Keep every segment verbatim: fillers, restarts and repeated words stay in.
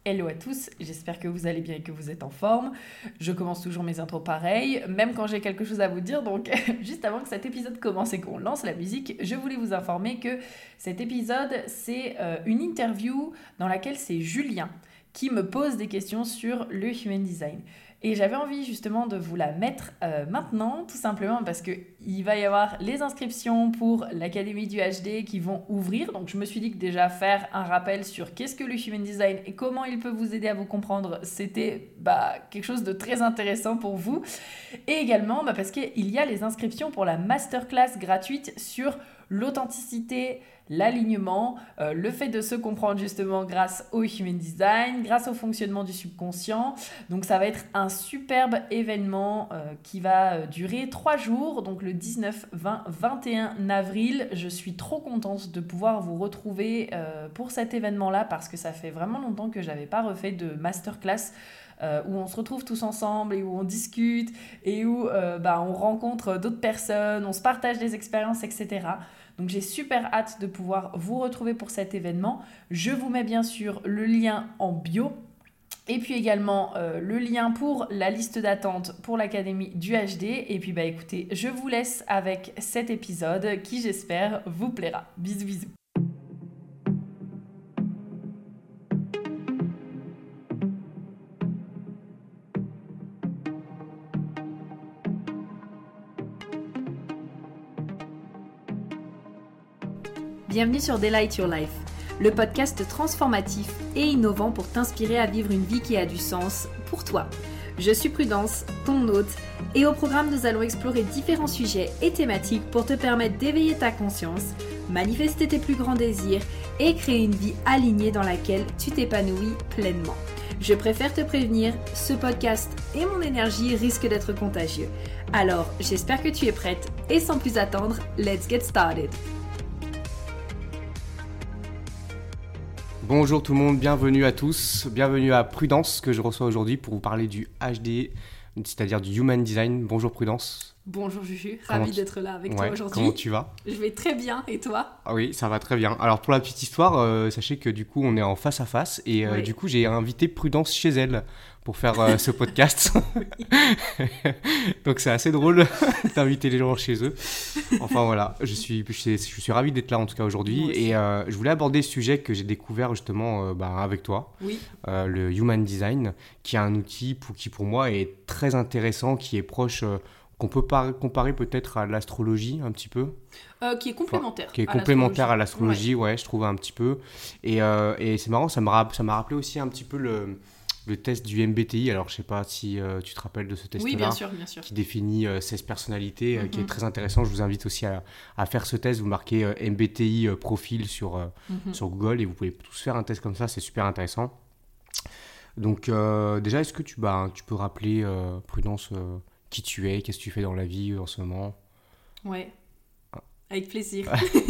Hello à tous, j'espère que vous allez bien et que vous êtes en forme. Je commence toujours mes intros pareil, même quand j'ai quelque chose à vous dire. Donc juste avant que cet épisode commence et qu'on lance la musique, je voulais vous informer que cet épisode, c'est euh, une interview dans laquelle c'est Julien qui me pose des questions sur le Human Design. Et j'avais envie justement de vous la mettre euh, maintenant, tout simplement parce qu'il va y avoir les inscriptions pour l'Académie du H D qui vont ouvrir. Donc je me suis dit que déjà faire un rappel sur qu'est-ce que le Human Design et comment il peut vous aider à vous comprendre, c'était bah, quelque chose de très intéressant pour vous. Et également bah, parce qu'il y a les inscriptions pour la masterclass gratuite sur l'authenticité, l'alignement, euh, le fait de se comprendre justement grâce au Human Design, grâce au fonctionnement du subconscient. Donc ça va être un superbe événement euh, qui va euh, durer trois jours, donc le dix-neuf, vingt, vingt et un avril. Je suis trop contente de pouvoir vous retrouver euh, pour cet événement-là parce que ça fait vraiment longtemps que j'avais pas refait de masterclass Euh, où on se retrouve tous ensemble et où on discute et où euh, bah, on rencontre d'autres personnes, on se partage des expériences, et cetera. Donc j'ai super hâte de pouvoir vous retrouver pour cet événement. Je vous mets bien sûr le lien en bio. Et puis également euh, le lien pour la liste d'attente pour l'Académie du H D. Et puis bah écoutez, je vous laisse avec cet épisode qui j'espère vous plaira. Bisous bisous. Bienvenue sur Delight Your Life, le podcast transformatif et innovant pour t'inspirer à vivre une vie qui a du sens pour toi. Je suis Prudence, ton hôte, et au programme nous allons explorer différents sujets et thématiques pour te permettre d'éveiller ta conscience, manifester tes plus grands désirs et créer une vie alignée dans laquelle tu t'épanouis pleinement. Je préfère te prévenir, ce podcast et mon énergie risquent d'être contagieux. Alors, j'espère que tu es prête et sans plus attendre, let's get started! Bonjour tout le monde, bienvenue à tous, bienvenue à Prudence que je reçois aujourd'hui pour vous parler du H D, c'est-à-dire du Human Design. Bonjour Prudence. Bonjour Juju, ravie tu... d'être là avec ouais, toi aujourd'hui. Comment tu vas ? Je vais très bien, et toi ? Ah oui, ça va très bien. Alors pour la petite histoire, euh, sachez que du coup on est en face à face et euh, oui. du coup j'ai invité Prudence chez elle pour faire euh, ce podcast. Donc c'est assez drôle d'inviter les gens chez eux. Enfin voilà, je suis, je suis, je suis ravi d'être là en tout cas aujourd'hui. Et euh, je voulais aborder ce sujet que j'ai découvert justement euh, bah, avec toi, oui. euh, le Human Design, qui est un outil pour, qui pour moi est très intéressant, qui est proche... Euh, qu'on peut par- comparer peut-être à l'astrologie un petit peu. Euh, qui est complémentaire. Enfin, qui est à complémentaire l'astrologie. à l'astrologie, ouais. ouais, je trouve un petit peu. Et, euh, et c'est marrant, ça m'a, ça m'a rappelé aussi un petit peu le, le test du M B T I. Alors, je ne sais pas si euh, tu te rappelles de ce test-là. Oui, bien sûr, bien sûr. Qui définit euh, seize personnalités, euh, mm-hmm. qui est très intéressant. Je vous invite aussi à, à faire ce test. Vous marquez euh, M B T I euh, profil sur, euh, mm-hmm. sur Google et vous pouvez tous faire un test comme ça. C'est super intéressant. Donc, euh, déjà, est-ce que tu, bah, tu peux rappeler, euh, Prudence, euh, qui tu es, qu'est-ce que tu fais dans la vie en ce moment ? Ouais, avec plaisir.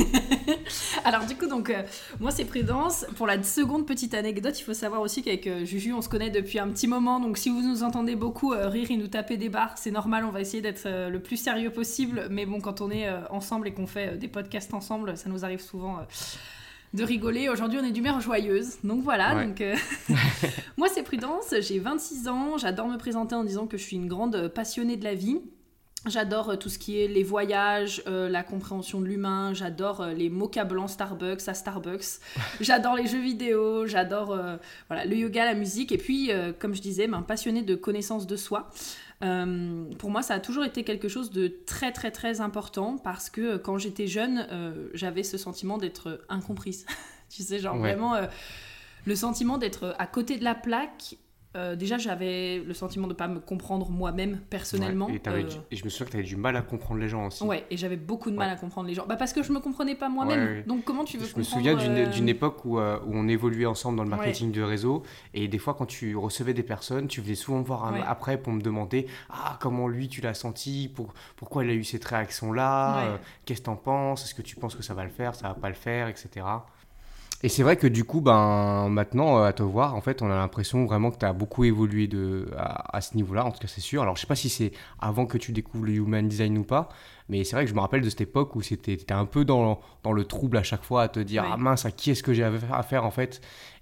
Alors du coup, donc, euh, moi c'est Prudence. Pour la seconde petite anecdote, il faut savoir aussi qu'avec euh, Juju, on se connaît depuis un petit moment. Donc si vous nous entendez beaucoup euh, rire et nous taper des barres, c'est normal, on va essayer d'être euh, le plus sérieux possible. Mais bon, quand on est euh, ensemble et qu'on fait euh, des podcasts ensemble, ça nous arrive souvent... Euh, de rigoler. Aujourd'hui, on est d'humeur joyeuse. Donc voilà. Ouais. Donc, euh... moi, c'est Prudence. J'ai vingt-six ans. J'adore me présenter en disant que je suis une grande passionnée de la vie. J'adore euh, tout ce qui est les voyages, euh, la compréhension de l'humain. J'adore euh, les mocha blancs Starbucks à Starbucks. J'adore les jeux vidéo. J'adore euh, voilà, le yoga, la musique. Et puis, euh, comme je disais, ben, passionnée de connaissance de soi. Euh, pour moi, ça a toujours été quelque chose de très très très important parce que euh, quand j'étais jeune, euh, j'avais ce sentiment d'être incomprise. Tu sais, genre ouais. vraiment euh, le sentiment d'être à côté de la plaque. Euh, déjà, j'avais le sentiment de ne pas me comprendre moi-même personnellement. Ouais, et, euh... du... et je me souviens que tu avais du mal à comprendre les gens aussi. Ouais, et j'avais beaucoup de mal ouais. à comprendre les gens. Bah, parce que je ne me comprenais pas moi-même. Ouais, ouais. Donc, comment tu veux je comprendre... Je me souviens d'une, euh... d'une époque où, euh, où on évoluait ensemble dans le marketing ouais. de réseau. Et des fois, quand tu recevais des personnes, tu venais souvent me voir un... ouais. après pour me demander « Ah, comment lui, tu l'as senti pour... Pourquoi il a eu cette réaction-là ouais. euh, Qu'est-ce que tu en penses Est-ce que tu penses que ça va le faire Ça ne va pas le faire et cetera » Et c'est vrai que du coup, ben, maintenant, à te voir, en fait, on a l'impression vraiment que tu as beaucoup évolué de, à, à ce niveau-là, en tout cas c'est sûr. Alors je ne sais pas si c'est avant que tu découvres le Human Design ou pas, Mais c'est vrai que je me rappelle de cette époque où c'était, t'étais un peu dans, dans le trouble à chaque fois, à te dire, ouais. ah mince, à qui est-ce que j'ai à faire en fait.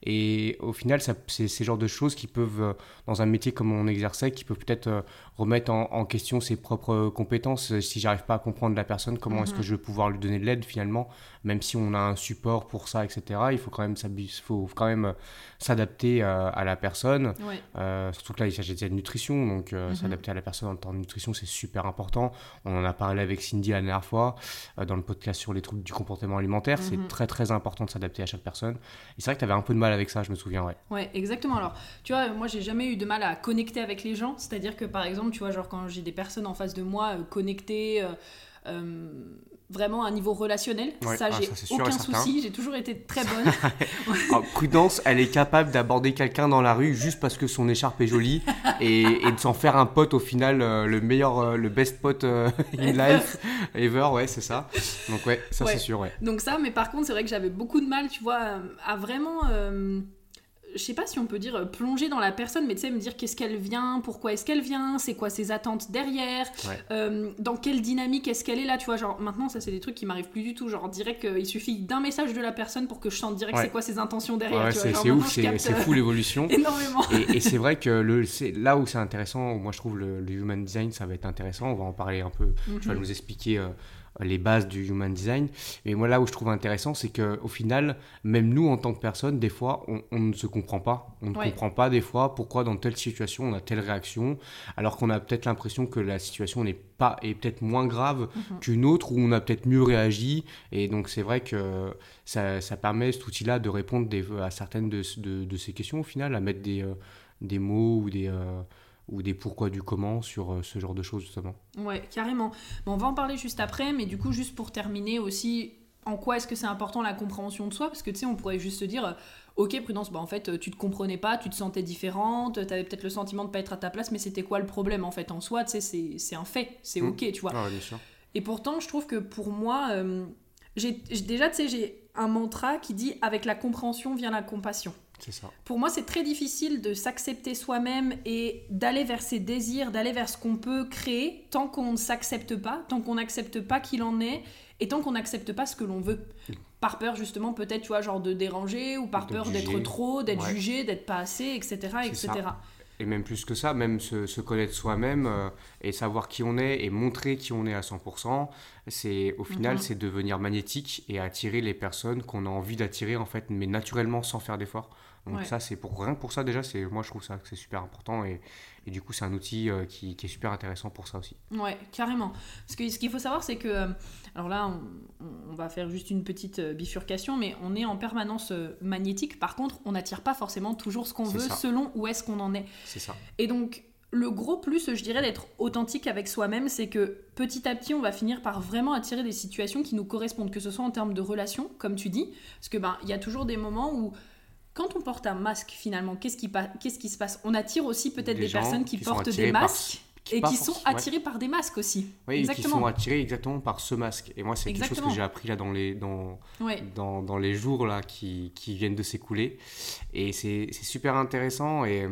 Et au final, ça, c'est ces genres de choses qui peuvent, dans un métier comme on exerçait, qui peuvent peut-être remettre en, en question ses propres compétences. Si j'arrive pas à comprendre la personne, comment mm-hmm. est-ce que je vais pouvoir lui donner de l'aide finalement, même si on a un support pour ça, et cetera. Il faut quand même, faut quand même s'adapter à, à la personne. Ouais. Euh, surtout que là, il s'agit de nutrition, donc euh, mm-hmm. s'adapter à la personne en temps de nutrition, c'est super important. On en a parlé avec Cindy la dernière fois, euh, dans le podcast sur les troubles du comportement alimentaire. Mm-hmm. C'est très très important de s'adapter à chaque personne. Et c'est vrai que tu avais un peu de mal avec ça, je me souviens, ouais. Ouais, exactement. Alors, tu vois, moi, j'ai jamais eu de mal à connecter avec les gens. C'est-à-dire que, par exemple, tu vois, genre quand j'ai des personnes en face de moi euh, connectées, euh, euh, vraiment à un niveau relationnel, ouais, ça, ah, j'ai ça, aucun souci. J'ai toujours été très bonne. Alors, Prudence, elle est capable d'aborder quelqu'un dans la rue juste parce que son écharpe est jolie et, et de s'en faire un pote au final, euh, le meilleur, euh, le best pote euh, in life ever, ouais, c'est ça. Donc, ouais, ça, ouais. c'est sûr, ouais. Donc, ça, mais par contre, c'est vrai que j'avais beaucoup de mal, tu vois, à vraiment. Euh, je sais pas si on peut dire plonger dans la personne, mais tu sais, me dire qu'est-ce qu'elle vient, pourquoi est-ce qu'elle vient, c'est quoi ses attentes derrière, ouais. euh, dans quelle dynamique est-ce qu'elle est là, tu vois, genre maintenant ça c'est des trucs qui m'arrivent plus du tout, genre direct il suffit d'un message de la personne pour que je sente direct ouais. c'est quoi ses intentions derrière, ouais, tu c'est, vois, c'est ouf, c'est, c'est fou l'évolution. Énormément. Et, et c'est vrai que le, c'est là où c'est intéressant, moi je trouve le, le human design ça va être intéressant, on va en parler un peu, mm-hmm. tu vas nous expliquer euh, les bases du human design. Mais moi, là où je trouve intéressant, c'est qu'au final, même nous, en tant que personne, des fois, on, on ne se comprend pas. On ne ouais. comprend pas, des fois, pourquoi dans telle situation, on a telle réaction, alors qu'on a peut-être l'impression que la situation n'est pas, est peut-être moins grave mm-hmm. qu'une autre, où on a peut-être mieux réagi. Et donc, c'est vrai que ça, ça permet, cet outil-là, de répondre des, à certaines de, de, de ces questions, au final, à mettre des, euh, des mots ou des... Euh, ou des pourquoi du comment sur euh, ce genre de choses justement. Ouais, carrément. Bon, on va en parler juste après, mais du coup, juste pour terminer aussi, en quoi est-ce que c'est important la compréhension de soi ? Parce que tu sais, on pourrait juste se dire, ok Prudence, bah en fait, tu te comprenais pas, tu te sentais différente, t'avais peut-être le sentiment de pas être à ta place, mais c'était quoi le problème en fait en soi ? Tu sais, c'est, c'est un fait, c'est mmh. ok, tu vois. Ah ouais, bien sûr. Et pourtant, je trouve que pour moi, euh, j'ai, j'ai, déjà, tu sais, j'ai un mantra qui dit « avec la compréhension vient la compassion ». C'est ça. Pour moi, c'est très difficile de s'accepter soi-même et d'aller vers ses désirs, d'aller vers ce qu'on peut créer tant qu'on ne s'accepte pas, tant qu'on n'accepte pas qui l'en est et tant qu'on n'accepte pas ce que l'on veut. Par peur, justement, peut-être, tu vois, genre de déranger ou par de peur juger. D'être trop, d'être ouais. jugé, d'être pas assez, et cetera, et cetera. Et même plus que ça, même se, se connaître soi-même euh, et savoir qui on est et montrer qui on est à cent pour cent, c'est, au final, mm-hmm. c'est devenir magnétique et attirer les personnes qu'on a envie d'attirer, en fait, mais naturellement, sans faire d'efforts. Donc ouais. ça, c'est pour, rien que pour ça, déjà, c'est, moi, je trouve ça que c'est super important et, et du coup, c'est un outil euh, qui, qui est super intéressant pour ça aussi. Ouais, carrément. Parce que ce qu'il faut savoir, c'est que, euh, alors là, on, on va faire juste une petite euh, bifurcation, mais on est en permanence euh, magnétique. Par contre, on n'attire pas forcément toujours ce qu'on c'est veut ça. Selon où est-ce qu'on en est. C'est ça. Et donc, le gros plus, je dirais, d'être authentique avec soi-même, c'est que petit à petit, on va finir par vraiment attirer des situations qui nous correspondent, que ce soit en termes de relations, comme tu dis, parce que ben, y a toujours des moments où quand on porte un masque, finalement, qu'est-ce qui, pa- qu'est-ce qui se passe ? On attire aussi peut-être des, des personnes qui, qui portent des masques par, qui et qui sont attirées ouais. par des masques aussi. Oui, exactement. Et qui sont attirées exactement par ce masque. Et moi, c'est exactement. Quelque chose que j'ai appris là dans les, dans, ouais. dans, dans les jours là, qui, qui viennent de s'écouler. Et c'est, c'est super intéressant. Et,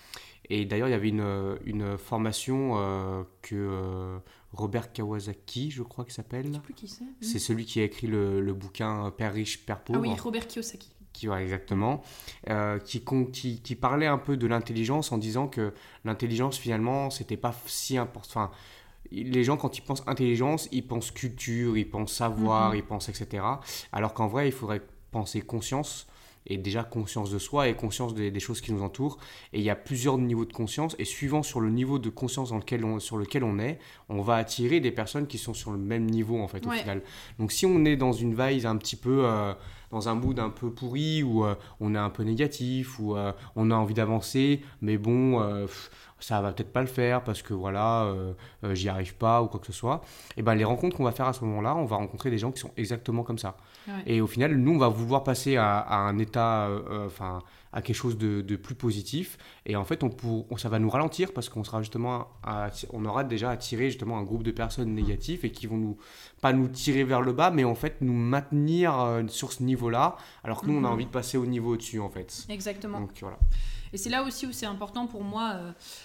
et d'ailleurs, il y avait une, une formation euh, que... Euh, Robert Kiyosaki, je crois qu'il s'appelle. Je sais plus qui c'est. C'est mmh. celui qui a écrit le, le bouquin Père riche, Père pauvre. Ah oui, Robert Kiyosaki. Qui, ouais, exactement, euh, qui, qui, qui parlait un peu de l'intelligence en disant que l'intelligence finalement c'était pas si important. Enfin, les gens quand ils pensent intelligence, ils pensent culture, ils pensent savoir, mm-hmm. ils pensent et cetera. Alors qu'en vrai, il faudrait penser conscience et déjà conscience de soi et conscience des, des choses qui nous entourent. Et il y a plusieurs niveaux de conscience et suivant sur le niveau de conscience dans lequel on, sur lequel on est, on va attirer des personnes qui sont sur le même niveau en fait au ouais. final. Donc si on est dans une vibe un petit peu euh, dans un mood un peu pourri où euh, on est un peu négatif où euh, on a envie d'avancer mais bon euh, pff, ça va peut-être pas le faire parce que voilà euh, euh, j'y arrive pas ou quoi que ce soit. Et ben les rencontres qu'on va faire à ce moment-là, on va rencontrer des gens qui sont exactement comme ça. Ouais. Et au final, nous on va vouloir passer à, à un état, enfin euh, à quelque chose de, de plus positif. Et en fait, on, pour, on ça va nous ralentir parce qu'on sera justement, à, on aura déjà attiré justement un groupe de personnes négatives et qui vont nous pas nous tirer vers le bas, mais en fait nous maintenir euh, sur ce niveau-là, alors que nous mm-hmm. on a envie de passer au niveau au-dessus en fait. Exactement. Donc voilà. Et c'est là aussi où c'est important pour moi. Euh...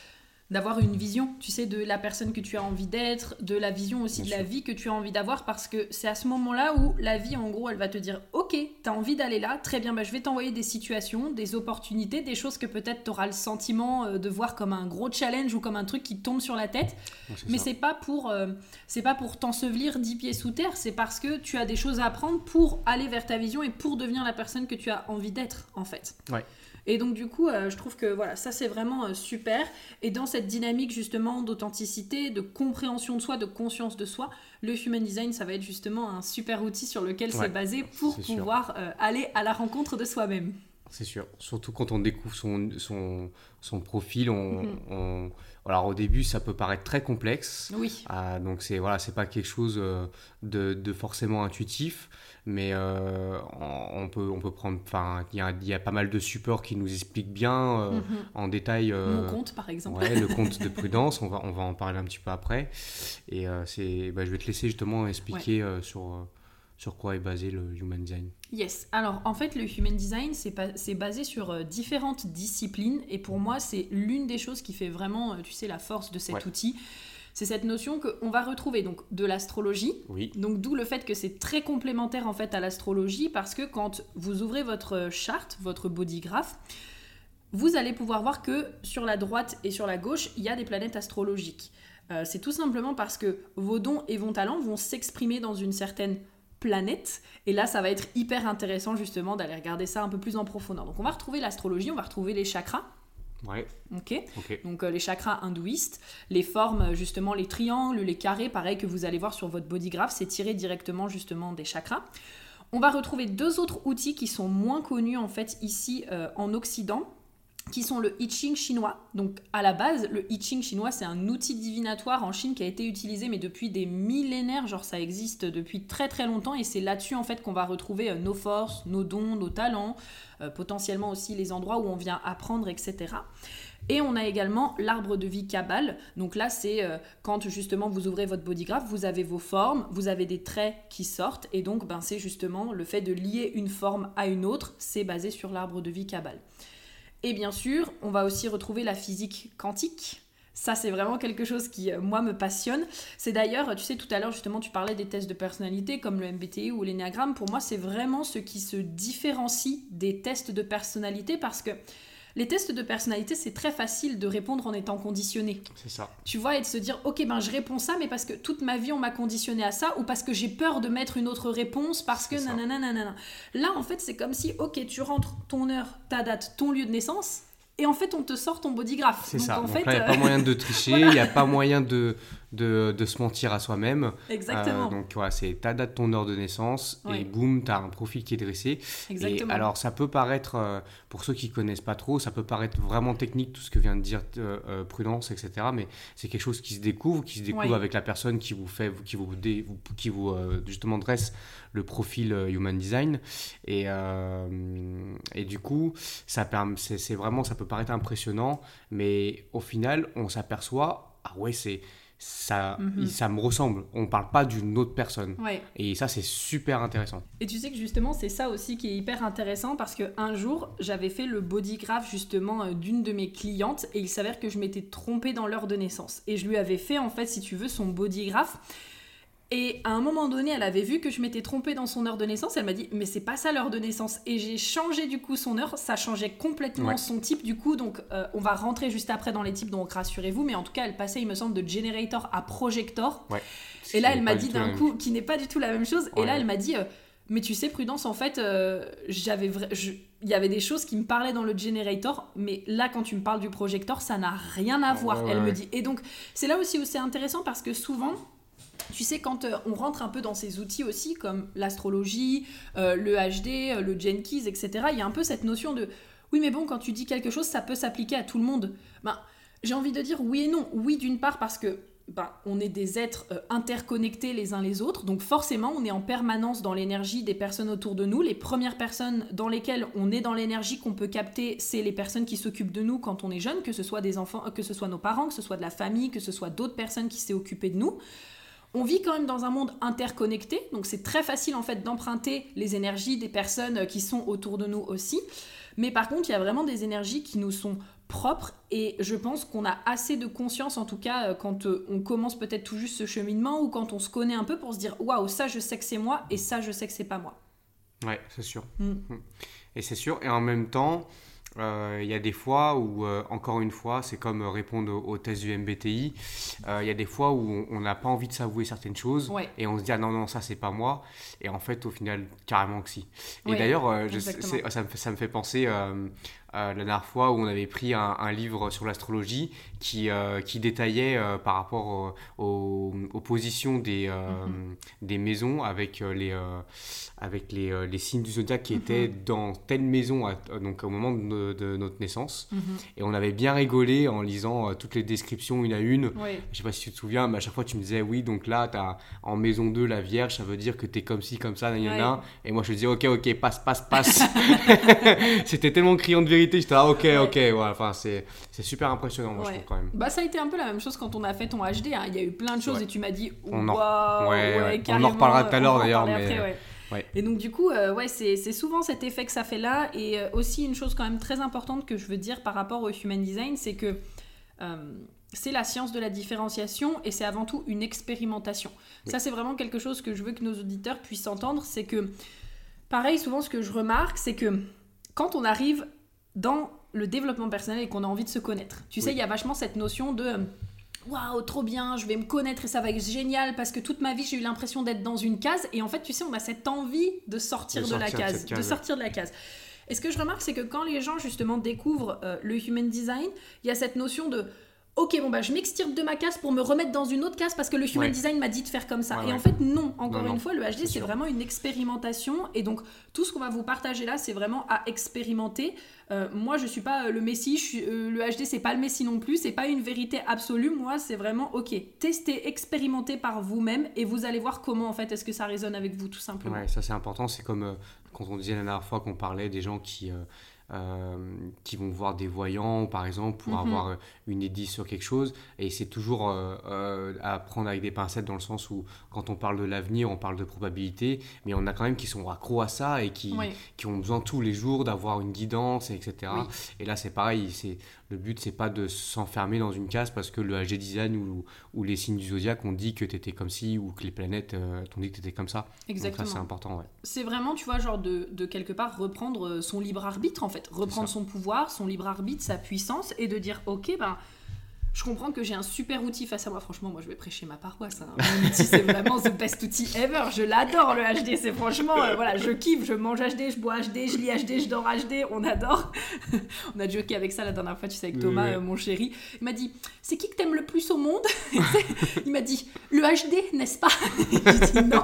d'avoir une vision, tu sais, de la personne que tu as envie d'être, de la vision aussi Bien de la sûr. vie que tu as envie d'avoir, parce que c'est à ce moment-là où la vie, en gros, elle va te dire « Ok, t'as envie d'aller là, très bien, bah, je vais t'envoyer des situations, des opportunités, des choses que peut-être t'auras le sentiment euh, de voir comme un gros challenge ou comme un truc qui te tombe sur la tête, Ouais, c'est mais ça. c'est pas pour euh, c'est pas pour t'ensevelir dix pieds sous terre, c'est parce que tu as des choses à apprendre pour aller vers ta vision et pour devenir la personne que tu as envie d'être, en fait. » Ouais. Et donc du coup, euh, je trouve que voilà, ça c'est vraiment euh, super. Et dans cette dynamique justement d'authenticité, de compréhension de soi, de conscience de soi, le Human Design, ça va être justement un super outil sur lequel Ouais, c'est basé pour c'est sûr. pouvoir euh, aller à la rencontre de soi-même. C'est sûr. Surtout quand on découvre son, son, son profil, on, Mhm. on- alors au début ça peut paraître très complexe. Oui. Ah, donc c'est voilà, c'est pas quelque chose euh, de, de forcément intuitif, mais euh, on, on peut on peut prendre, enfin il y a, il y a pas mal de supports qui nous expliquent bien euh, Mhm. en détail. euh, Mon compte, par exemple. Ouais, le compte de prudence, on va on va en parler un petit peu après. Et euh, c'est, bah, je vais te laisser justement expliquer euh, sur euh, sur quoi est basé le Human Design. Yes. Alors, en fait, le Human Design, c'est, pas, c'est basé sur euh, différentes disciplines. Et pour moi, c'est l'une des choses qui fait vraiment, euh, tu sais, la force de cet Ouais. outil. C'est cette notion qu'on va retrouver donc de l'astrologie. Oui. Donc, d'où le fait que c'est très complémentaire, en fait, à l'astrologie. Parce que quand vous ouvrez votre charte, votre bodygraph, vous allez pouvoir voir que sur la droite et sur la gauche, il y a des planètes astrologiques. Euh, c'est tout simplement parce que vos dons et vos talents vont s'exprimer dans une certaine planète. Et là, ça va être hyper intéressant justement d'aller regarder ça un peu plus en profondeur. Donc on va retrouver l'astrologie, on va retrouver les chakras. Ouais. Ok. Ok. Donc euh, les chakras hindouistes, les formes, justement les triangles, les carrés, pareil que vous allez voir sur votre bodygraph, c'est tiré directement justement des chakras. On va retrouver deux autres outils qui sont moins connus en fait ici euh, en Occident, qui sont le I Ching chinois. Donc à la base, le I Ching chinois, c'est un outil divinatoire en Chine qui a été utilisé mais depuis des millénaires, genre ça existe depuis très très longtemps, et c'est là-dessus en fait qu'on va retrouver euh, nos forces, nos dons, nos talents, euh, potentiellement aussi les endroits où on vient apprendre, et cetera. Et on a également l'arbre de vie Kabbale. Donc là, c'est euh, quand justement vous ouvrez votre bodygraph, vous avez vos formes, vous avez des traits qui sortent, et donc ben, c'est justement le fait de lier une forme à une autre, c'est basé sur l'arbre de vie Kabbale. Et bien sûr, on va aussi retrouver la physique quantique. Ça, c'est vraiment quelque chose qui, euh, moi, me passionne. C'est d'ailleurs, tu sais, tout à l'heure, justement, tu parlais des tests de personnalité comme le M B T I ou l'énéagramme. Pour moi, c'est vraiment ce qui se différencie des tests de personnalité, parce que les tests de personnalité, c'est très facile de répondre en étant conditionné. C'est ça. Tu vois, et de se dire, ok, ben je réponds ça, mais parce que toute ma vie, on m'a conditionné à ça, ou parce que j'ai peur de mettre une autre réponse, parce que C'est ça. nanana, nanana. Là, en fait, c'est comme si, ok, tu rentres ton heure, ta date, ton lieu de naissance, et en fait, on te sort ton bodygraph. C'est Donc, ça. en Donc fait, là, il n'y a euh, pas moyen de tricher, il n'y a pas moyen de, de, de se mentir à soi-même. Exactement. Euh, donc voilà, c'est ta date, ton heure de naissance, Ouais. et boum, tu as un profil qui est dressé. Exactement. Et alors, ça peut paraître, euh, pour ceux qui connaissent pas trop, ça peut paraître vraiment technique, tout ce que vient de dire euh, euh, Prudence, et cetera. Mais c'est quelque chose qui se découvre, qui se découvre Ouais. avec la personne qui vous fait, qui vous, dé- vous- qui vous euh, justement dresse le profil euh, Human Design. Et, euh, et du coup, ça permet, c'est, c'est vraiment, ça peut paraître impressionnant, mais au final, on s'aperçoit, ah ouais, c'est ça, Mhm. ça me ressemble. On parle pas d'une autre personne. Ouais. Et ça, c'est super intéressant. Et tu sais que justement, c'est ça aussi qui est hyper intéressant, parce qu'un jour, j'avais fait le bodygraph justement euh, d'une de mes clientes, et il s'avère que je m'étais trompée dans l'heure de naissance. Et je lui avais fait, en fait, si tu veux, son bodygraph. Et à un moment donné, elle avait vu que je m'étais trompée dans son heure de naissance. Elle m'a dit, mais c'est pas ça l'heure de naissance. Et j'ai changé du coup son heure. Ça changeait complètement Ouais. son type du coup. Donc euh, on va rentrer juste après dans les types, donc rassurez-vous. Mais en tout cas, elle passait, il me semble, de generator à projector. Ouais. Et là, Ce qui elle est m'a pas dit du tout la d'un même coup, qui n'est pas du tout la même chose. Et Ouais, là, ouais. elle m'a dit, euh, mais tu sais, Prudence, en fait, euh, j'avais vra- je- il y avait des choses qui me parlaient dans le generator, mais là, quand tu me parles du projector, ça n'a rien à Ouais, voir. ouais, elle ouais. me dit. Et donc, c'est là aussi où c'est intéressant, parce que souvent, tu sais, quand euh, on rentre un peu dans ces outils aussi, comme l'astrologie, euh, le H D, euh, le Jenkins, et cetera, il y a un peu cette notion de oui, mais bon, quand tu dis quelque chose, ça peut s'appliquer à tout le monde. Ben, j'ai envie de dire oui et non. Oui, d'une part, parce que ben, on est des êtres euh, interconnectés les uns les autres, donc forcément, on est en permanence dans l'énergie des personnes autour de nous. Les premières personnes dans lesquelles on est dans l'énergie qu'on peut capter, c'est les personnes qui s'occupent de nous quand on est jeune, que ce soit des enfants, que ce soit nos parents, que ce soit de la famille, que ce soit d'autres personnes qui s'est occupées de nous. On vit quand même dans un monde interconnecté, donc c'est très facile en fait d'emprunter les énergies des personnes qui sont autour de nous aussi. Mais par contre, il y a vraiment des énergies qui nous sont propres et je pense qu'on a assez de conscience, en tout cas quand on commence peut-être tout juste ce cheminement ou quand on se connaît un peu pour se dire waouh, ça je sais que c'est moi et ça je sais que c'est pas moi. Ouais, c'est sûr. Mm. Et c'est sûr, et en même temps, il euh, y a des fois où, euh, encore une fois, c'est comme euh, répondre au, au test du M B T I, il euh, y a des fois où on n'a pas envie de s'avouer certaines choses, ouais. et on se dit ah non, non, ça c'est pas moi, et en fait, au final, carrément que si. Et ouais, d'ailleurs, euh, je, c'est, ça, me fait, ça me fait penser... Euh, Euh, la dernière fois où on avait pris un, un livre sur l'astrologie qui, euh, qui détaillait euh, par rapport au, au, aux positions des, euh, mm-hmm. des maisons avec, euh, les, euh, avec les, euh, les signes du zodiaque qui mm-hmm. étaient dans telle maison à, donc au moment de, de notre naissance. Mm-hmm. Et on avait bien rigolé en lisant euh, toutes les descriptions une à une. Oui. Je sais pas si tu te souviens, mais à chaque fois tu me disais oui, donc là t'as en maison deux la Vierge, ça veut dire que t'es comme ci, comme ça, nanana. Oui. Et moi je disais ok, ok, passe, passe, passe. C'était tellement criant de vérité, j'étais ah ok, ouais. ok, ouais. Enfin, c'est, c'est super impressionnant, moi ouais. je trouve quand même. Bah, ça a été un peu la même chose quand on a fait ton H D, hein. Il y a eu plein de choses ouais. et tu m'as dit on en... Wow, ouais, ouais. On en reparlera tout à l'heure d'ailleurs. Mais... Après, ouais. Ouais. Et donc du coup, euh, ouais, c'est, c'est souvent cet effet que ça fait là. Et euh, aussi une chose quand même très importante que je veux dire par rapport au Human Design, c'est que euh, c'est la science de la différenciation et c'est avant tout une expérimentation. Oui. Ça, c'est vraiment quelque chose que je veux que nos auditeurs puissent entendre. C'est que, pareil, souvent ce que je remarque, c'est que quand on arrive dans le développement personnel et qu'on a envie de se connaître, tu oui. sais, il y a vachement cette notion de... Waouh, trop bien, je vais me connaître et ça va être génial parce que toute ma vie j'ai eu l'impression d'être dans une case et en fait tu sais on a cette envie de sortir de, de sortir la case, de, case, de sortir de la case. Et ce que je remarque c'est que quand les gens justement découvrent euh, le Human Design, il y a cette notion de ok bon bah je m'extirpe de ma case pour me remettre dans une autre case parce que le Human ouais. Design m'a dit de faire comme ça. Ouais, et ouais. en fait non, encore non, une non. fois le H D c'est, c'est vraiment une expérimentation et donc tout ce qu'on va vous partager là c'est vraiment à expérimenter. Euh, moi je suis pas le messie, je suis, euh, le H D c'est pas le messie non plus, c'est pas une vérité absolue, moi c'est vraiment ok, testez, expérimentez par vous-même et vous allez voir comment en fait est-ce que ça résonne avec vous tout simplement. Ouais, ça c'est important, c'est comme euh, quand on disait la dernière fois qu'on parlait des gens qui... Euh... Euh, qui vont voir des voyants par exemple pour mm-hmm. avoir une idée sur quelque chose et c'est toujours euh, euh, à prendre avec des pincettes dans le sens où quand on parle de l'avenir on parle de probabilité mais on a quand même qui sont accros à ça et qui, oui. qui ont besoin tous les jours d'avoir une guidance etc oui. et là c'est pareil c'est, le but c'est pas de s'enfermer dans une case parce que le H D Design ou, ou les signes du zodiaque ont dit que t'étais comme ci ou que les planètes euh, t'ont dit que t'étais comme ça. Exactement. Donc ça c'est important ouais. C'est vraiment tu vois genre de, de quelque part reprendre son libre arbitre en fait. Reprendre son pouvoir, son libre arbitre, sa puissance et de dire ok ben je comprends que j'ai un super outil face à moi. Franchement moi je vais prêcher ma paroisse hein. Mon outil c'est vraiment the best outil ever, je l'adore le H D, c'est franchement euh, voilà je kiffe, je mange H D, je bois H D, je lis H D, je dors H D, on adore. On a joké avec ça la dernière fois tu sais avec Thomas oui, oui. Euh, mon chéri, il m'a dit c'est qui que t'aimes le plus au monde? Il m'a dit le H D n'est-ce pas? J'ai dit non.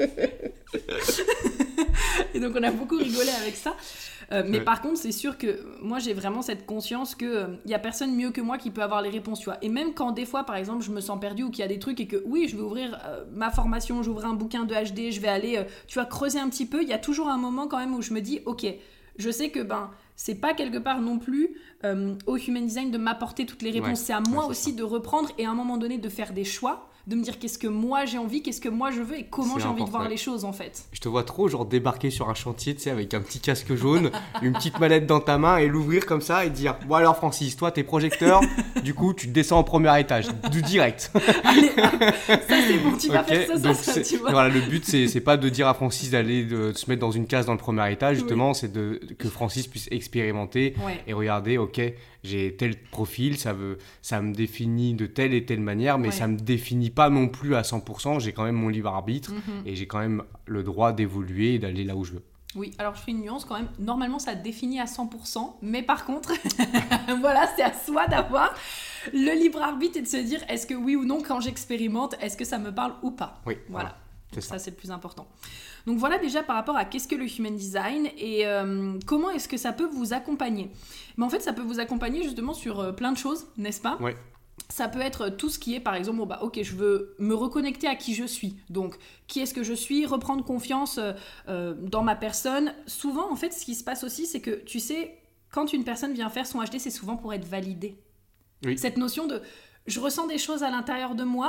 Et donc on a beaucoup rigolé avec ça. Euh, mais ouais. par contre, c'est sûr que moi, j'ai vraiment cette conscience qu'il euh, n'y a personne mieux que moi qui peut avoir les réponses, tu vois. Et même quand des fois, par exemple, je me sens perdue ou qu'il y a des trucs et que oui, je vais ouvrir euh, ma formation, j'ouvre un bouquin de H D, je vais aller, euh, tu vois, creuser un petit peu, il y a toujours un moment quand même où je me dis, ok, je sais que ben, c'est pas quelque part non plus euh, au Human Design de m'apporter toutes les réponses, ouais. c'est à moi ouais, aussi ça. De reprendre et à un moment donné de faire des choix. De me dire qu'est-ce que moi j'ai envie, qu'est-ce que moi je veux et comment c'est j'ai envie de voir ouais. les choses en fait. Je te vois trop genre débarquer sur un chantier, tu sais, avec un petit casque jaune, une petite mallette dans ta main et l'ouvrir comme ça et dire bon alors Francis, toi t'es projecteur, du coup tu descends au premier étage, du direct. Allez, ça c'est bon, tu vas okay, faire ça, ça, ça tu vois. Voilà, le but c'est, c'est pas de dire à Francis d'aller de, de se mettre dans une case dans le premier étage, justement, oui. c'est de, que Francis puisse expérimenter ouais. et regarder, ok, j'ai tel profil, ça, veut, ça me définit de telle et telle manière, mais ouais. ça me définit pas non plus à cent pour cent, j'ai quand même mon libre arbitre mm-hmm. et j'ai quand même le droit d'évoluer et d'aller là où je veux. Oui, alors je fais une nuance quand même, normalement ça définit à cent pour cent, mais par contre, voilà, c'est à soi d'avoir le libre arbitre et de se dire est-ce que oui ou non quand j'expérimente, est-ce que ça me parle ou pas. Oui, voilà. C'est ça. ça c'est le plus important. Donc voilà déjà par rapport à qu'est-ce que le Human Design et euh, comment est-ce que ça peut vous accompagner. Mais en fait ça peut vous accompagner justement sur euh, plein de choses, n'est-ce pas ? Oui. Ça peut être tout ce qui est par exemple, bon bah ok je veux me reconnecter à qui je suis, donc qui est-ce que je suis, reprendre confiance euh, dans ma personne. Souvent en fait ce qui se passe aussi c'est que tu sais quand une personne vient faire son H D c'est souvent pour être validée. Oui. Cette notion de je ressens des choses à l'intérieur de moi,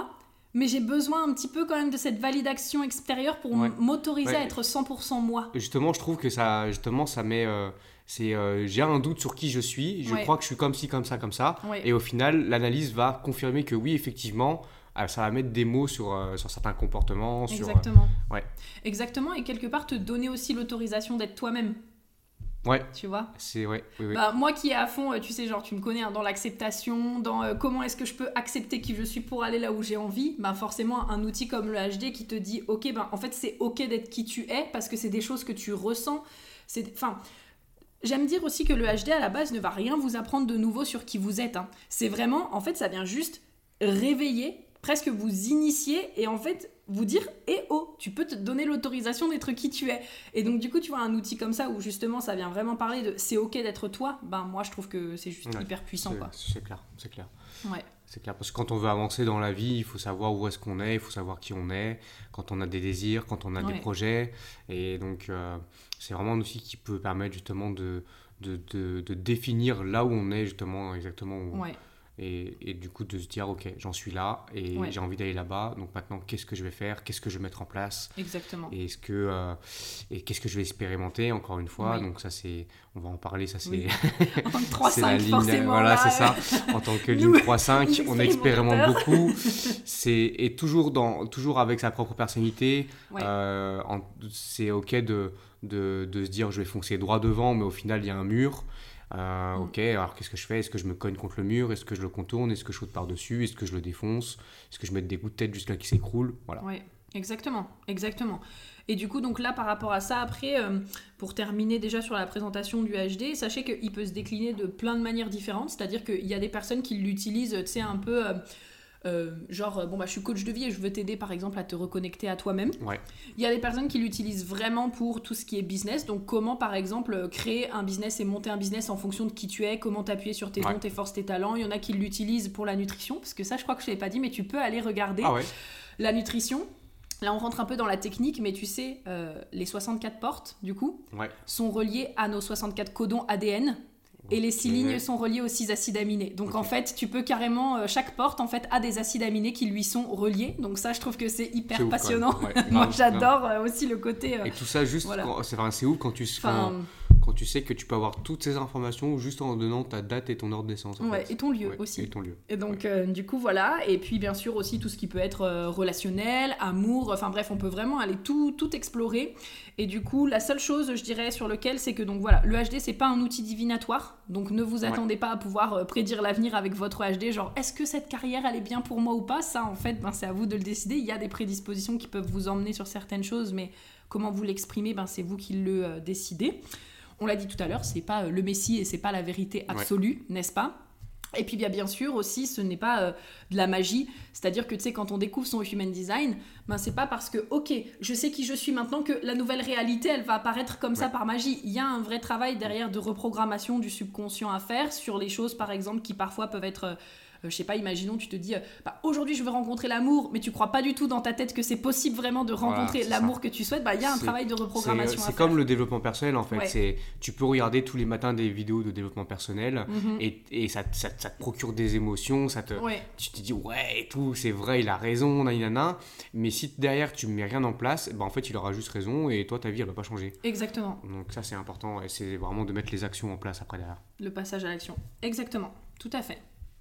mais j'ai besoin un petit peu quand même de cette validation extérieure pour ouais. m'autoriser ouais. à être cent pour cent moi. Justement, je trouve que ça, justement, ça met... Euh, c'est, euh, j'ai un doute sur qui je suis, je ouais. crois que je suis comme ci, comme ça, comme ça. Ouais. Et au final, l'analyse va confirmer que oui, effectivement, ça va mettre des mots sur, euh, sur certains comportements. Exactement. Sur, euh, ouais. Exactement, et quelque part, te donner aussi l'autorisation d'être toi-même. Ouais. Tu vois, c'est ouais, oui, oui. Bah, moi qui est à fond, tu sais, genre tu me connais hein, dans l'acceptation, dans euh, comment est-ce que je peux accepter qui je suis pour aller là où j'ai envie, bah forcément un outil comme le H D qui te dit ok, ben en fait c'est ok d'être qui tu es parce que c'est des choses que tu ressens. C'est, enfin, j'aime dire aussi que le H D à la base ne va rien vous apprendre de nouveau sur qui vous êtes. Hein. C'est vraiment, en fait, ça vient juste réveiller, presque vous initier et en fait vous dire eh oh, tu peux te donner l'autorisation d'être qui tu es. Et donc du coup tu vois un outil comme ça où justement ça vient vraiment parler de c'est ok d'être toi, ben moi je trouve que c'est juste ouais, hyper puissant c'est, quoi. C'est clair, c'est clair. Ouais. C'est clair parce que quand on veut avancer dans la vie, il faut savoir où est-ce qu'on est, il faut savoir qui on est, quand on a des désirs, quand on a ouais. des projets et donc euh, c'est vraiment un outil qui peut permettre justement de, de, de, de définir là où on est justement exactement où ouais. Et, et du coup de se dire ok j'en suis là et ouais. j'ai envie d'aller là-bas donc maintenant qu'est-ce que je vais faire, qu'est-ce que je vais mettre en place exactement et est-ce que euh, et qu'est-ce que je vais expérimenter encore une fois oui. donc ça c'est on va en parler ça c'est oui. En tant que trois c'est cinq la ligne forcément voilà là, c'est ça en tant que ligne trois cinq on expérimente beaucoup c'est et toujours dans toujours avec sa propre personnalité ouais. euh, en, c'est ok de, de de se dire je vais foncer droit devant mais au final il y a un mur. Euh, ok, alors qu'est-ce que je fais ? Est-ce que je me cogne contre le mur ? Est-ce que je le contourne ? Est-ce que je saute par-dessus ? Est-ce que je le défonce ? Est-ce que je mets des coups de tête jusqu'à qu'il s'écroule ? Voilà. Oui, exactement, exactement. Et du coup, donc là, par rapport à ça, après, euh, pour terminer déjà sur la présentation du H D, sachez qu'il peut se décliner de plein de manières différentes. C'est-à-dire qu'il y a des personnes qui l'utilisent, tu sais, un peu... Euh, Euh, genre bon bah je suis coach de vie et je veux t'aider par exemple à te reconnecter à toi-même. Ouais. Il y a des personnes qui l'utilisent vraiment pour tout ce qui est business, donc comment par exemple créer un business et monter un business en fonction de qui tu es, comment t'appuyer sur tes ouais. dons, tes forces, tes talents. Il y en a qui l'utilisent pour la nutrition, parce que ça je crois que je l'ai pas dit mais tu peux aller regarder ah ouais. la nutrition. Là on rentre un peu dans la technique mais tu sais euh, les soixante-quatre portes du coup ouais. sont reliées à nos soixante-quatre codons A D N. Et les six lignes sont reliées aux six acides aminés. Donc okay. en fait, tu peux carrément... Euh, chaque porte, en fait, a des acides aminés qui lui sont reliés. Donc ça, je trouve que c'est hyper c'est passionnant. Ouais, Moi, grave, j'adore grave. aussi le côté... Euh, et tout ça, juste... Voilà. Quand, c'est, enfin, c'est ouf quand tu... Enfin, quand tu sais que tu peux avoir toutes ces informations juste en donnant ta date et ton ordre de naissance. Ouais, fait. et ton lieu ouais, aussi. Et ton lieu. Et donc, ouais. euh, du coup, voilà. Et puis, bien sûr, aussi tout ce qui peut être euh, relationnel, amour. Enfin bref, on peut vraiment aller tout, tout explorer. Et du coup, la seule chose, je dirais, sur lequel, c'est que donc voilà, le H D, c'est pas un outil divinatoire. Donc, ne vous attendez ouais. pas à pouvoir euh, prédire l'avenir avec votre H D. Genre, est-ce que cette carrière, elle est bien pour moi ou pas ? Ça, en fait, ben, c'est à vous de le décider. Il y a des prédispositions qui peuvent vous emmener sur certaines choses, mais comment vous l'exprimez, ben, c'est vous qui le euh, décidez. On l'a dit tout à l'heure, c'est pas le Messie et c'est pas la vérité absolue, ouais. n'est-ce pas ? Et puis bien, bien sûr aussi, ce n'est pas euh, de la magie, c'est-à-dire que tu sais, quand on découvre son human design, ben, c'est pas parce que, ok, je sais qui je suis maintenant que la nouvelle réalité, elle va apparaître comme ouais. ça par magie. Il y a un vrai travail derrière de reprogrammation du subconscient à faire sur les choses, par exemple, qui parfois peuvent être... Euh, Euh, je sais pas, imaginons, tu te dis, euh, bah, aujourd'hui je veux rencontrer l'amour, mais tu crois pas du tout dans ta tête que c'est possible vraiment de rencontrer voilà, l'amour ça. que tu souhaites, bah il y a un c'est, travail de reprogrammation c'est, à c'est faire. C'est comme le développement personnel en fait, ouais. c'est, tu peux regarder tous les matins des vidéos de développement personnel mm-hmm. et, et ça, ça, ça te procure des émotions, ça te, ouais. tu te dis ouais et tout, c'est vrai, il a raison, nanana, mais si derrière tu mets rien en place, bah, en fait il aura juste raison et toi ta vie elle va pas changer. Exactement. Donc ça c'est important et c'est vraiment de mettre les actions en place après derrière. Le passage à l'action, exactement, tout à fait.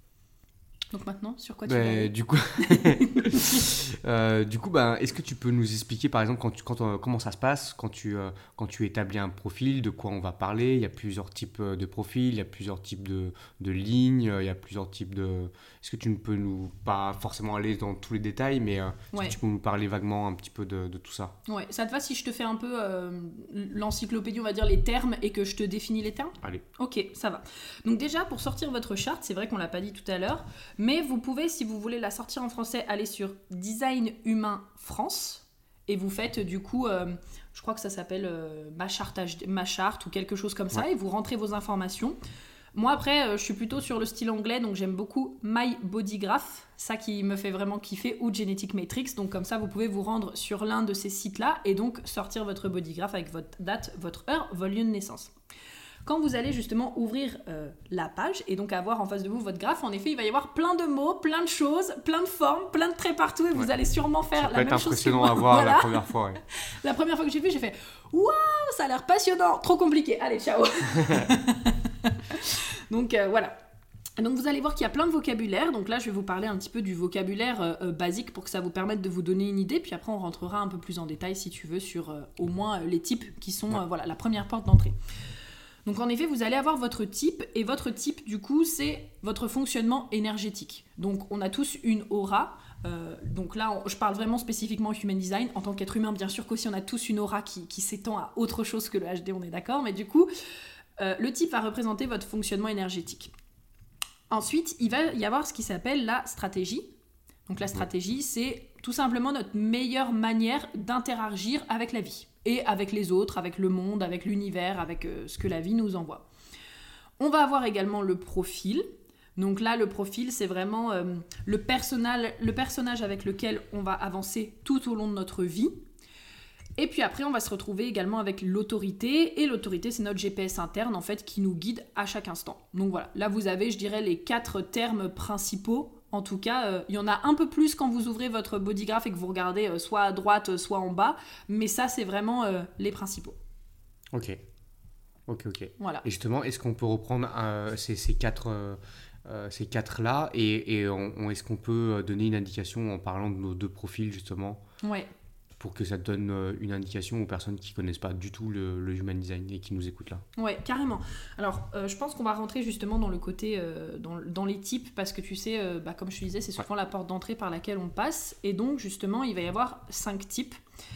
Donc maintenant, sur quoi tu bah, vas aller du coup, euh, du coup bah, est-ce que tu peux nous expliquer, par exemple, quand tu, quand, euh, comment ça se passe quand tu, euh, quand tu établis un profil, de quoi on va parler ? Il y a plusieurs types de profils, il y a plusieurs types de, de lignes, il y a plusieurs types de... Est-ce que tu ne peux nous, pas forcément aller dans tous les détails, mais euh, est-ce ouais. que tu peux nous parler vaguement un petit peu de, de tout ça ? Ouais, ça te va si je te fais un peu euh, l'encyclopédie, on va dire les termes, et que je te définis les termes ? Allez. Ok, ça va. Donc déjà, pour sortir votre charte, c'est vrai qu'on l'a pas dit tout à l'heure, mais vous pouvez, si vous voulez la sortir en français, aller sur Design Humain France et vous faites du coup, euh, je crois que ça s'appelle euh, ma, charte H D, ma charte ou quelque chose comme ça ouais. et vous rentrez vos informations. Moi après, euh, je suis plutôt sur le style anglais, donc j'aime beaucoup My Body Graph, ça qui me fait vraiment kiffer, ou Genetic Matrix, donc comme ça vous pouvez vous rendre sur l'un de ces sites-là et donc sortir votre body graph avec votre date, votre heure, votre lieu de naissance. quand vous allez justement ouvrir euh, la page et donc avoir en face de vous votre graphe, en effet, il va y avoir plein de mots, plein de choses, plein de formes, plein de traits partout et ouais. vous allez sûrement faire ça la même chose que moi. Ça peut être impressionnant à voir voilà. la première fois. Ouais. La première fois que j'ai vu, j'ai fait « Waouh, ça a l'air passionnant, trop compliqué, allez, ciao !» Donc euh, voilà. Donc vous allez voir qu'il y a plein de vocabulaire. Donc là, je vais vous parler un petit peu du vocabulaire euh, basique pour que ça vous permette de vous donner une idée. Puis après, on rentrera un peu plus en détail, si tu veux, sur euh, au moins euh, les types qui sont ouais. euh, voilà, la première porte d'entrée. Donc en effet, vous allez avoir votre type. Et votre type, du coup, c'est votre fonctionnement énergétique. Donc on a tous une aura. Euh, donc là, on, je parle vraiment spécifiquement Human Design. En tant qu'être humain, bien sûr qu'aussi, on a tous une aura qui, qui s'étend à autre chose que le H D, on est d'accord. Mais du coup, euh, le type va représenter votre fonctionnement énergétique. Ensuite, il va y avoir ce qui s'appelle la stratégie. Donc la stratégie, c'est tout simplement notre meilleure manière d'interagir avec la vie. Et avec les autres, avec le monde, avec l'univers, avec euh, ce que la vie nous envoie. On va avoir également le profil. Donc là, le profil, c'est vraiment euh, le, personnage, le personnage avec lequel on va avancer tout au long de notre vie. Et puis après, on va se retrouver également avec l'autorité. Et l'autorité, c'est notre G P S interne, en fait, qui nous guide à chaque instant. Donc voilà, là, vous avez, je dirais, les quatre termes principaux. En tout cas, euh, il y en a un peu plus quand vous ouvrez votre bodygraph et que vous regardez euh, soit à droite, soit en bas. Mais ça, c'est vraiment euh, les principaux. Ok. Ok, ok. Voilà. Et justement, est-ce qu'on peut reprendre euh, ces, ces quatre... Euh... Euh, ces quatre-là, et, et on, on, est-ce qu'on peut donner une indication en parlant de nos deux profils, justement, ouais. pour que ça donne une indication aux personnes qui ne connaissent pas du tout le, le Human Design et qui nous écoutent là? Ouais, carrément. Alors, euh, je pense qu'on va rentrer justement dans le côté, euh, dans, dans les types, parce que tu sais, euh, bah, comme je te disais, c'est souvent ouais. la porte d'entrée par laquelle on passe, et donc, justement, il va y avoir cinq types.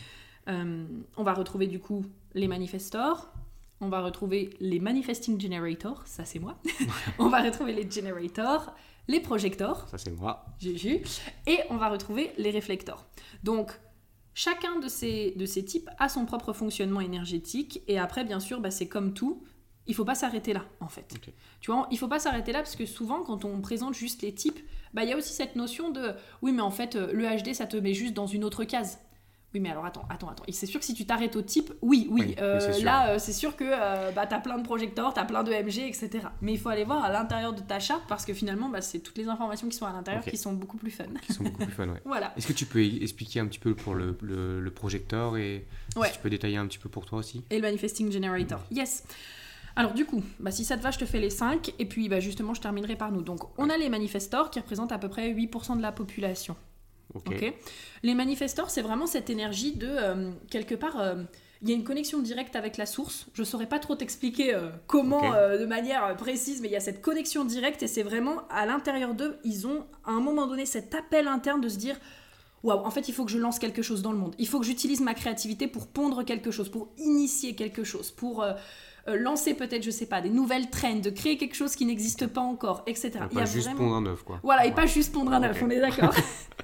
Euh, on va retrouver, du coup, les manifestors. On va retrouver les manifesting generators, ça c'est moi. On va retrouver les generators, les projectors, ça c'est moi. Juju. Et on va retrouver les réflecteurs. Donc, chacun de ces, de ces types a son propre fonctionnement énergétique. Et après, bien sûr, bah, c'est comme tout, il ne faut pas s'arrêter là, en fait. Okay. Tu vois, il ne faut pas s'arrêter là parce que souvent, quand on présente juste les types, bah, y a aussi cette notion de « oui, mais en fait, le H D, ça te met juste dans une autre case ». Oui, mais alors attends, attends, attends. Et c'est sûr que si tu t'arrêtes au type, oui, oui, oui euh, c'est là, euh, c'est sûr que euh, bah, t'as plein de projecteurs, t'as plein de M G, et cetera. Mais il faut aller voir à l'intérieur de ta charte parce que finalement, bah, c'est toutes les informations qui sont à l'intérieur okay. qui sont beaucoup plus fun. Qui sont beaucoup plus fun, ouais. Voilà. Est-ce que tu peux expliquer un petit peu pour le, le, le projecteur et ouais. si tu peux détailler un petit peu pour toi aussi? Et le manifesting generator, ouais. yes. Alors du coup, bah, si ça te va, je te fais les cinq et puis bah, justement, je terminerai par nous. Donc, on a les manifestors qui représentent à peu près huit pour cent de la population. Okay. Okay. Les manifestors, c'est vraiment cette énergie de, euh, quelque part, il euh, y a une connexion directe avec la source. Je ne saurais pas trop t'expliquer euh, comment, okay. euh, de manière précise, mais il y a cette connexion directe et c'est vraiment, à l'intérieur d'eux, ils ont, à un moment donné, cet appel interne de se dire « Waouh, en fait, il faut que je lance quelque chose dans le monde. Il faut que j'utilise ma créativité pour pondre quelque chose, pour initier quelque chose, pour... Euh, Euh, lancer peut-être, je sais pas, des nouvelles trends, de créer quelque chose qui n'existe pas encore, et cetera. Et pas juste vraiment... pondre un œuf, quoi. Voilà, et ouais. pas juste pondre un œuf, okay. on est d'accord.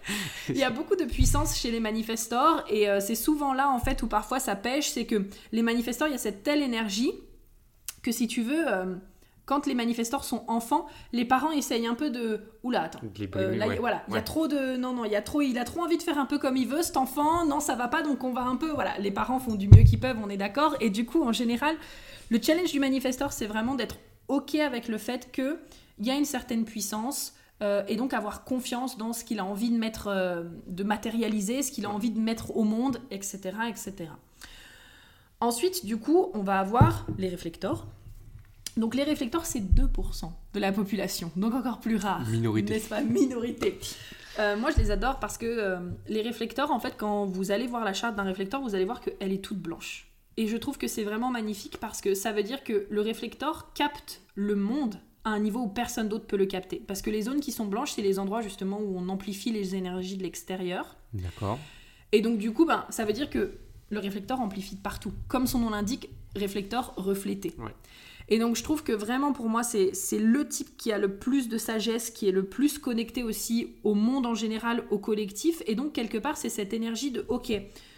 Il y a ça. beaucoup de puissance chez les manifestors, et euh, c'est souvent là, en fait, où parfois ça pêche, c'est que les manifestors, il y a cette telle énergie que si tu veux... Euh, quand les manifestors sont enfants, les parents essayent un peu de... Oula, attends. De les brimer, euh, là, ouais. Voilà, ouais. il y a trop de... Non, non, il, y a trop... il a trop envie de faire un peu comme il veut, cet enfant. Non, ça va pas, donc on va un peu... Voilà, les parents font du mieux qu'ils peuvent, on est d'accord. Et du coup, en général, le challenge du manifestor, c'est vraiment d'être OK avec le fait qu'il y a une certaine puissance euh, et donc avoir confiance dans ce qu'il a envie de mettre, euh, de matérialiser, ce qu'il a envie de mettre au monde, et cetera, et cetera. Ensuite, du coup, on va avoir les réflecteurs. Donc les réflecteurs, c'est deux pour cent de la population, donc encore plus rare. Minorité. N'est-ce pas? Minorité. Euh, moi, je les adore parce que euh, les réflecteurs, en fait, quand vous allez voir la charte d'un réflecteur, vous allez voir qu'elle est toute blanche. Et je trouve que c'est vraiment magnifique parce que ça veut dire que le réflecteur capte le monde à un niveau où personne d'autre peut le capter. Parce que les zones qui sont blanches, c'est les endroits justement où on amplifie les énergies de l'extérieur. D'accord. Et donc du coup, ben, ça veut dire que le réflecteur amplifie de partout. Comme son nom l'indique, réflecteur reflété. Ouais. Et donc je trouve que vraiment pour moi c'est, c'est le type qui a le plus de sagesse, qui est le plus connecté aussi au monde en général, au collectif. Et donc quelque part c'est cette énergie de ok,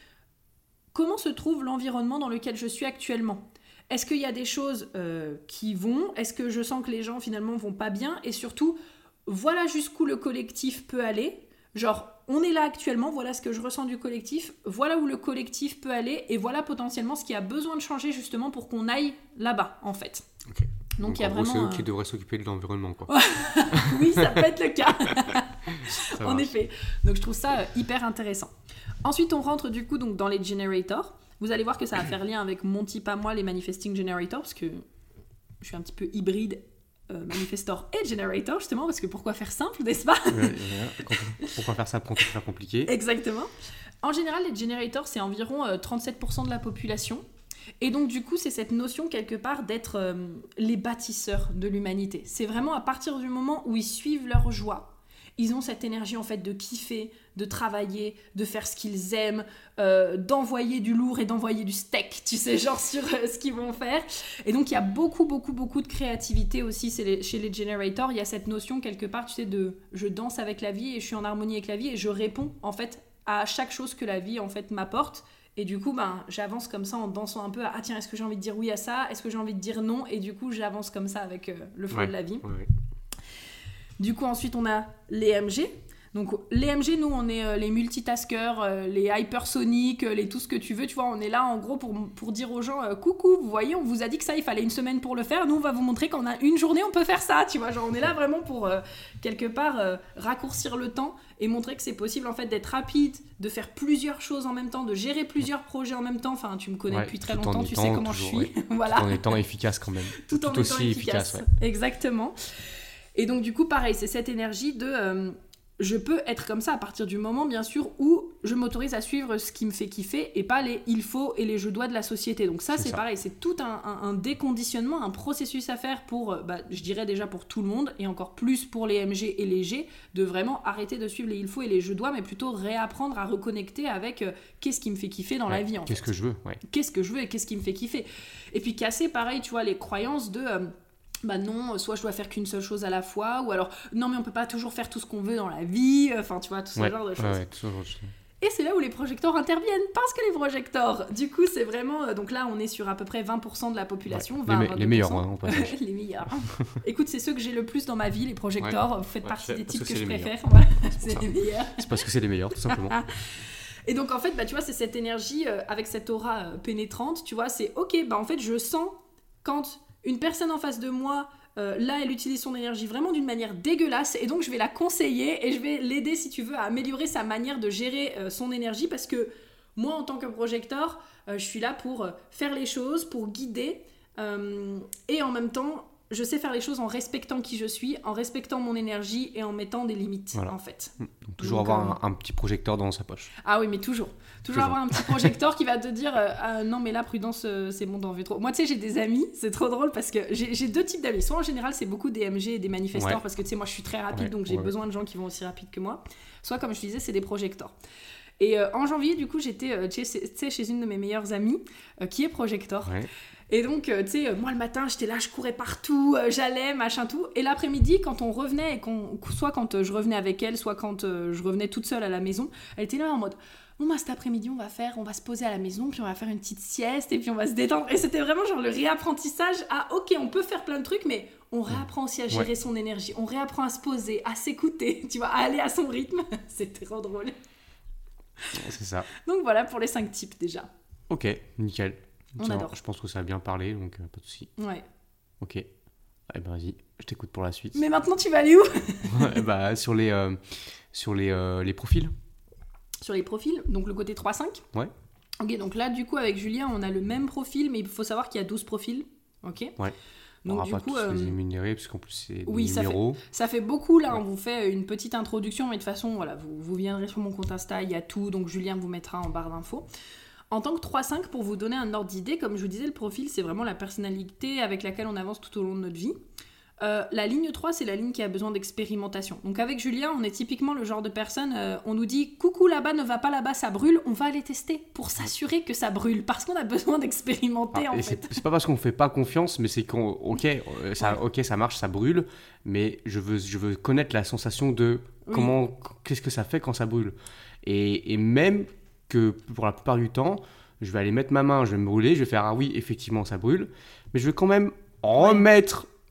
comment se trouve l'environnement dans lequel je suis actuellement ? Est-ce qu'il y a des choses euh, qui vont ? Est-ce que je sens que les gens finalement vont pas bien ? Et surtout, voilà jusqu'où le collectif peut aller. Genre, on est là actuellement, voilà ce que je ressens du collectif, voilà où le collectif peut aller, et voilà potentiellement ce qui a besoin de changer justement pour qu'on aille là-bas, en fait. Ok. Donc, Donc il y a en gros, vraiment... c'est eux qui euh, devraient s'occuper de l'environnement, quoi. Oui, ça peut être le cas. Ça En marche. effet. Donc je trouve ça euh, hyper intéressant. Ensuite, on rentre du coup donc, dans les generators. Vous allez voir que ça va faire lien avec mon type à moi, les manifesting generators, parce que je suis un petit peu hybride euh, manifestor et generator, justement, parce que pourquoi faire simple, n'est-ce pas? Ouais, ouais. Quand- Pourquoi faire ça quand c'est pas compliqué? Exactement. En général, les generators, c'est environ euh, trente-sept pour cent de la population. Et donc, du coup, c'est cette notion, quelque part, d'être euh, les bâtisseurs de l'humanité. C'est vraiment à partir du moment où ils suivent leur joie, ils ont cette énergie, en fait, de kiffer, de travailler, de faire ce qu'ils aiment, euh, d'envoyer du lourd et d'envoyer du steak, tu sais, genre sur euh, ce qu'ils vont faire. Et donc, il y a beaucoup, beaucoup, beaucoup de créativité aussi c'est les- chez les generators. Il y a cette notion, quelque part, tu sais, de je danse avec la vie et je suis en harmonie avec la vie et je réponds, en fait, à chaque chose que la vie, en fait, m'apporte. Et du coup, ben, j'avance comme ça en dansant un peu à « Ah tiens, est-ce que j'ai envie de dire oui à ça? Est-ce que j'ai envie de dire non ?» Et du coup, j'avance comme ça avec euh, le flow Ouais, de la vie. ouais, ouais. Du coup, ensuite, on a les M G. Donc, les M G, nous, on est euh, les multitaskers, euh, les hypersoniques, euh, les tout ce que tu veux. Tu vois, on est là, en gros, pour, pour dire aux gens euh, coucou, vous voyez, on vous a dit que ça, il fallait une semaine pour le faire. Nous, on va vous montrer qu'en a une journée, on peut faire ça. Tu vois, genre, on est là vraiment pour, euh, quelque part, euh, raccourcir le temps et montrer que c'est possible, en fait, d'être rapide, de faire plusieurs choses en même temps, de gérer plusieurs projets en même temps. Enfin, tu me connais Ouais, depuis très tout en longtemps, tu étant sais comment toujours, je suis. ouais. Voilà. Tout en étant efficace quand même. Tout en étant aussi efficace. efficace, Exactement. Et donc, du coup, pareil, c'est cette énergie de... euh, je peux être comme ça à partir du moment, bien sûr, où je m'autorise à suivre ce qui me fait kiffer et pas les il faut et les je dois de la société. Donc ça, C'est c'est ça. pareil, c'est tout un, un- un déconditionnement, un processus à faire pour, euh, bah, je dirais déjà pour tout le monde, et encore plus pour les M G et les G, de vraiment arrêter de suivre les il faut et les je dois, mais plutôt réapprendre à reconnecter avec euh, qu'est-ce qui me fait kiffer dans la Ouais. vie, en Qu'est-ce fait. que je veux? Ouais. Qu'est-ce que je veux et qu'est-ce qui me fait kiffer. Et puis casser, pareil, tu vois, les croyances de... euh, bah non, soit je dois faire qu'une seule chose à la fois, ou alors non mais on peut pas toujours faire tout ce qu'on veut dans la vie, enfin tu vois, tout ce Ouais, genre de ouais, choses. ouais, tout ce genre de choses. Et c'est là où les projecteurs interviennent, parce que les projecteurs, du coup c'est vraiment, euh, donc là on est sur à peu près vingt pour cent de la population, Ouais. vingt, Les, me- les meilleurs, vingt-deux hein, pour cent. au passage. Les meilleurs. Écoute, c'est ceux que j'ai le plus dans ma vie, les projecteurs, vous faites Ouais, partie c'est- des parce types que que, c'est je les meilleurs. préfère, voilà, C'est c'est pour les ça. meilleurs. C'est parce que c'est les meilleurs, tout simplement. Et donc en fait, bah, tu vois, c'est cette énergie euh, avec cette aura euh, pénétrante, tu vois, c'est ok, bah en fait je sens quand une personne en face de moi, euh, là elle utilise son énergie vraiment d'une manière dégueulasse et donc je vais la conseiller et je vais l'aider si tu veux à améliorer sa manière de gérer euh, son énergie parce que moi en tant que projecteur, euh, je suis là pour euh, faire les choses, pour guider euh, et en même temps je sais faire les choses en respectant qui je suis, en respectant mon énergie et en mettant des limites Voilà. en fait. Donc, toujours Donc, avoir euh, un, un petit projecteur dans sa poche. Ah oui, mais toujours. Toujours Toujours. avoir un petit projecteur qui va te dire euh, ah, non, mais là, prudence, euh, c'est bon, t'en veux trop. Moi, tu sais, j'ai des amis, c'est trop drôle parce que j'ai j'ai deux types d'amis. Soit en général, c'est beaucoup des M G et des manifesteurs Ouais. parce que tu sais, moi, je suis très rapide Ouais, donc j'ai ouais. besoin de gens qui vont aussi rapide que moi. Soit, comme je disais, c'est des projecteurs. Et euh, en janvier, du coup, j'étais euh, tu sais, tu sais, chez une de mes meilleures amies euh, qui est projecteur. Ouais. Et donc, euh, tu sais, euh, moi le matin, j'étais là, je courais partout, euh, j'allais, machin tout. Et l'après-midi, quand on revenait, et qu'on, soit quand euh, je revenais avec elle, soit quand euh, je revenais toute seule à la maison, elle était là en mode, bon bah cet après-midi, on va faire, on va se poser à la maison, puis on va faire une petite sieste, et puis on va se détendre. Et c'était vraiment genre le réapprentissage à, ok, on peut faire plein de trucs, mais on réapprend aussi à gérer Ouais. son énergie, on réapprend à se poser, à s'écouter, tu vois, à aller à son rythme. C'était trop drôle. C'est ça. Donc voilà pour les cinq types déjà. Ok, nickel. On Ça, adore. Je pense que ça a bien parlé, donc euh, pas de souci. Ouais. Ok. Eh ben vas-y, je t'écoute pour la suite. Mais maintenant, tu vas aller où? Ouais, bah, sur les, euh, sur les, euh, les profils. Sur les profils, donc le côté trois cinq. Ouais. Ok, donc là, du coup, avec Julien, on a le même profil, mais il faut savoir qu'il y a douze profils. Ok. Ouais. On Donc, va du pas coup, tous euh, les énumérer, parce qu'en plus, c'est oui, des ça fait- numéros. ça fait beaucoup. Là, Ouais. on vous fait une petite introduction, mais de toute façon, voilà, vous, vous viendrez sur mon compte Insta, il y a tout, donc Julien vous mettra en barre d'infos. En tant que trois cinq, pour vous donner un ordre d'idée, comme je vous disais, le profil, c'est vraiment la personnalité avec laquelle on avance tout au long de notre vie. Euh, la ligne trois, c'est la ligne qui a besoin d'expérimentation. Donc avec Julien, on est typiquement le genre de personne, euh, on nous dit « Coucou, là-bas, ne va pas là-bas, ça brûle », on va aller tester pour s'assurer que ça brûle, parce qu'on a besoin d'expérimenter Ah, en et fait. c'est, c'est pas parce qu'on fait pas confiance, mais c'est qu'on, ok, euh, ça, ok, ça marche, ça brûle, mais je veux, je veux connaître la sensation de Oui. comment, qu'est-ce que ça fait quand ça brûle. Et, et même que pour la plupart du temps, je vais aller mettre ma main, je vais me brûler, je vais faire ah oui, effectivement ça brûle, mais je vais quand même remettre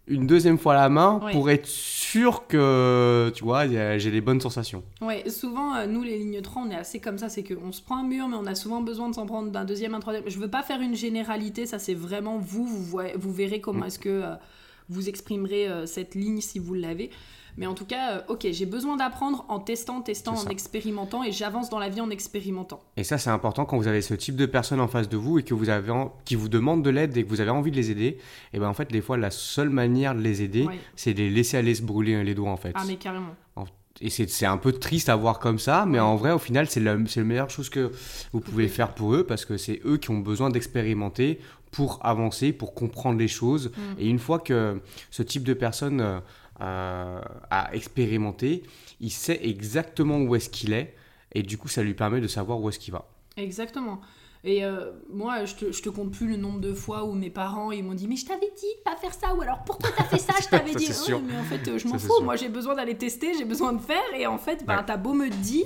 une deuxième fois la main ouais. pour être sûr que, tu vois, j'ai les bonnes sensations. Ouais, souvent, euh, nous, les lignes trois, on est assez comme ça, c'est qu'on se prend un mur, mais on a souvent besoin de s'en prendre d'un deuxième, un troisième. Je veux pas faire une généralité, ça c'est vraiment vous, vous, voyez, vous verrez comment mmh. est-ce que euh, vous exprimerez euh, cette ligne si vous l'avez. Mais en tout cas, euh, ok, j'ai besoin d'apprendre en testant, testant, en expérimentant, et j'avance dans la vie en expérimentant. Et ça, c'est important quand vous avez ce type de personnes en face de vous et que vous avez en... qui vous demandent de l'aide et que vous avez envie de les aider. Et ben en fait, des fois, la seule manière de les aider, ouais. c'est de les laisser aller se brûler les doigts en fait. Ah mais carrément. Et c'est, c'est un peu triste à voir comme ça, mais ouais. en vrai, au final, c'est la, c'est la meilleure chose que vous pouvez faire pour eux parce que c'est eux qui ont besoin d'expérimenter pour avancer, pour comprendre les choses. Mm. Et une fois que ce type de personne euh, euh, a expérimenté, il sait exactement où est-ce qu'il est et du coup, ça lui permet de savoir où est-ce qu'il va. Exactement. Et euh, moi, je te, je te compte plus le nombre de fois où mes parents ils m'ont dit « Mais je t'avais dit de pas faire ça » ou alors « Pourquoi t'as fait ça ?» Je t'avais dit oh, « Mais en fait, je m'en ça, fous. Moi, j'ai besoin d'aller tester, j'ai besoin de faire. » Et en fait, bah, ouais. t'as beau me dire...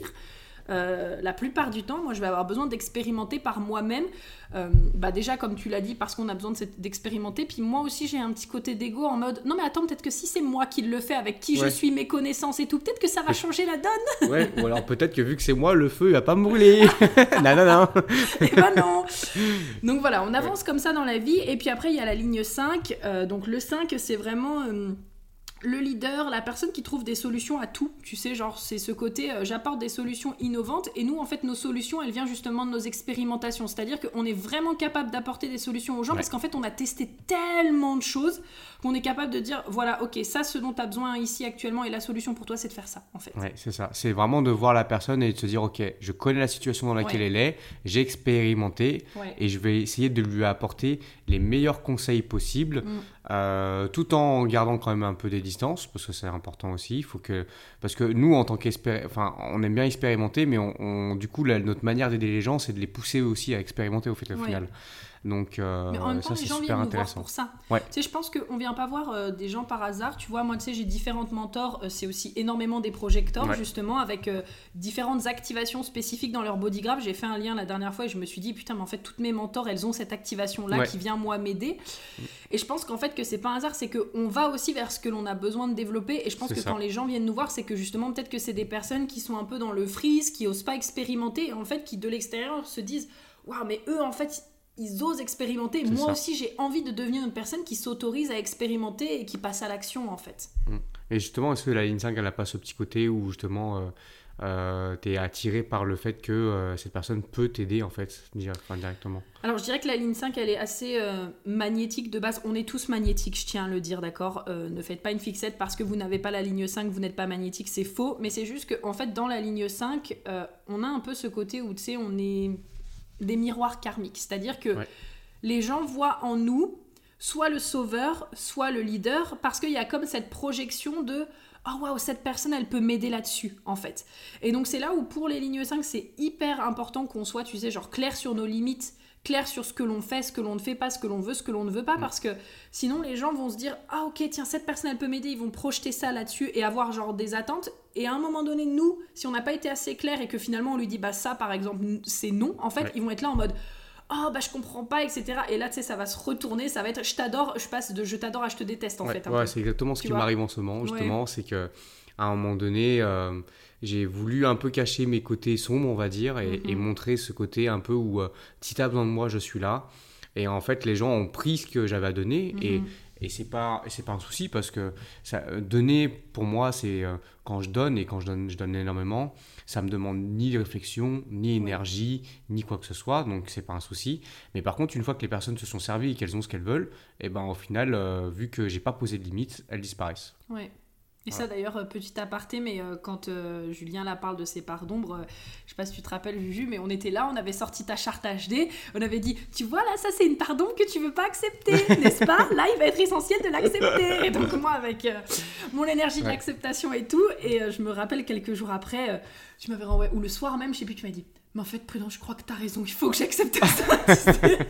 Euh, la plupart du temps, moi je vais avoir besoin d'expérimenter par moi-même. Euh, bah déjà, comme tu l'as dit, parce qu'on a besoin de cette, d'expérimenter. Puis moi aussi, j'ai un petit côté d'ego en mode non, mais attends, peut-être que si c'est moi qui le fais, avec qui ouais. je suis, mes connaissances et tout, peut-être que ça va changer la donne. Ouais, ou alors peut-être que vu que c'est moi, le feu il va pas me brûler. non, non, non. Et ben non. Donc voilà, on avance ouais. comme ça dans la vie. Et puis après, il y a la ligne cinq. Euh, donc le cinq, c'est vraiment. Euh, Le leader, la personne qui trouve des solutions à tout, tu sais, genre c'est ce côté euh, j'apporte des solutions innovantes et nous en fait nos solutions elles viennent justement de nos expérimentations, c'est-à-dire qu'on est vraiment capable d'apporter des solutions aux gens ouais. parce qu'en fait on a testé tellement de choses qu'on est capable de dire voilà ok ça ce dont tu as besoin ici actuellement et la solution pour toi c'est de faire ça en fait. Ouais c'est ça, c'est vraiment de voir la personne et de se dire ok je connais la situation dans laquelle ouais. elle est, j'ai expérimenté ouais. et je vais essayer de lui apporter les meilleurs conseils possibles mm. euh, tout en gardant quand même un peu des distances parce que c'est important aussi, il faut que parce que nous en tant qu'expéri... enfin on aime bien expérimenter mais on, on... du coup la, notre manière d'aider les gens c'est de les pousser aussi à expérimenter au fait au ouais. final. Donc euh, mais en même temps ça, les gens viennent nous voir pour ça ouais. tu sais je pense qu'on vient pas voir euh, des gens par hasard, tu vois moi tu sais j'ai différentes mentors, euh, c'est aussi énormément des projecteurs ouais. justement avec euh, différentes activations spécifiques dans leur body graph. J'ai fait un lien la dernière fois et je me suis dit putain mais en fait toutes mes mentors elles ont cette activation là ouais. qui vient moi m'aider et je pense qu'en fait que c'est pas un hasard, c'est qu'on va aussi vers ce que l'on a besoin de développer et je pense c'est que ça. Quand les gens viennent nous voir c'est que justement peut-être que c'est des personnes qui sont un peu dans le freeze, qui osent pas expérimenter et en fait qui de l'extérieur se disent waouh mais eux en fait ils osent expérimenter. C'est moi ça. Aussi, j'ai envie de devenir une personne qui s'autorise à expérimenter et qui passe à l'action, en fait. Et justement, est-ce que la ligne cinq, elle n'a pas ce petit côté où, justement, euh, euh, tu es attiré par le fait que euh, cette personne peut t'aider, en fait, enfin, directement? Alors, je dirais que la ligne cinq, elle est assez euh, magnétique de base. On est tous magnétiques, je tiens à le dire, d'accord euh, ne faites pas une fixette parce que vous n'avez pas la ligne cinq, vous n'êtes pas magnétique, c'est faux. Mais c'est juste qu'en fait, dans la ligne cinq, euh, on a un peu ce côté où, tu sais, on est... des miroirs karmiques, c'est-à-dire que ouais. les gens voient en nous soit le sauveur, soit le leader, parce qu'il y a comme cette projection de « Oh waouh, cette personne, elle peut m'aider là-dessus, en fait. » Et donc c'est là où pour les lignes cinq, c'est hyper important qu'on soit, tu sais, genre clair sur nos limites, clair sur ce que l'on fait, ce que l'on ne fait pas, ce que l'on veut, ce que l'on ne veut pas, mmh. parce que sinon les gens vont se dire « Ah ok, tiens, cette personne, elle peut m'aider », ils vont projeter ça là-dessus et avoir genre des attentes. Et à un moment donné, nous, si on n'a pas été assez clair et que finalement on lui dit « Bah ça, par exemple, c'est non », en fait, ouais. ils vont être là en mode « Oh, bah je comprends pas, et cetera » Et là, tu sais, ça va se retourner, ça va être « Je t'adore », je passe de « Je t'adore » à « Je te déteste », en ouais, fait. Ouais, peu. C'est exactement ce tu qui vois m'arrive en ce moment, justement, ouais. c'est qu'à un moment donné... Euh, j'ai voulu un peu cacher mes côtés sombres, on va dire, et, mm-hmm. et montrer ce côté un peu où euh, si t'as besoin de moi, je suis là. Et en fait, les gens ont pris ce que j'avais à donner, mm-hmm. et, et c'est pas, c'est pas un souci parce que ça, donner, pour moi, c'est euh, quand je donne, et quand je donne, je donne énormément, ça me demande ni réflexion, ni énergie, ouais. ni quoi que ce soit, donc c'est pas un souci. Mais par contre, une fois que les personnes se sont servies et qu'elles ont ce qu'elles veulent, et ben au final, euh, vu que j'ai pas posé de limites, elles disparaissent. Ouais. Et ça d'ailleurs, euh, petit aparté, mais euh, quand euh, Julien là parle de ses parts d'ombre, euh, je sais pas si tu te rappelles Juju, mais on était là, on avait sorti ta charte H D, on avait dit, tu vois là, ça c'est une part d'ombre que tu veux pas accepter, n'est-ce pas? Là, il va être essentiel de l'accepter. Et donc moi, avec euh, mon énergie de ouais. l'acceptation et tout, et euh, je me rappelle quelques jours après, euh, tu m'avais renvoyé, ou le soir même, je sais plus, tu m'as dit, mais en fait, Prudence, je crois que t'as raison, il faut que j'accepte ça.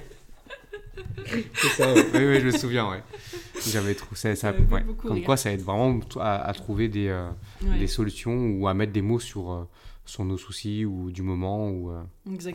C'est ça, ouais. oui, oui, je me souviens, ouais. J'avais trouvé ça, ça ouais. Comme rire. Quoi, ça aide vraiment à, à trouver des, euh, ouais. des solutions ou à mettre des mots sur, euh, sur nos soucis ou du moment. Ou, euh, Exactement.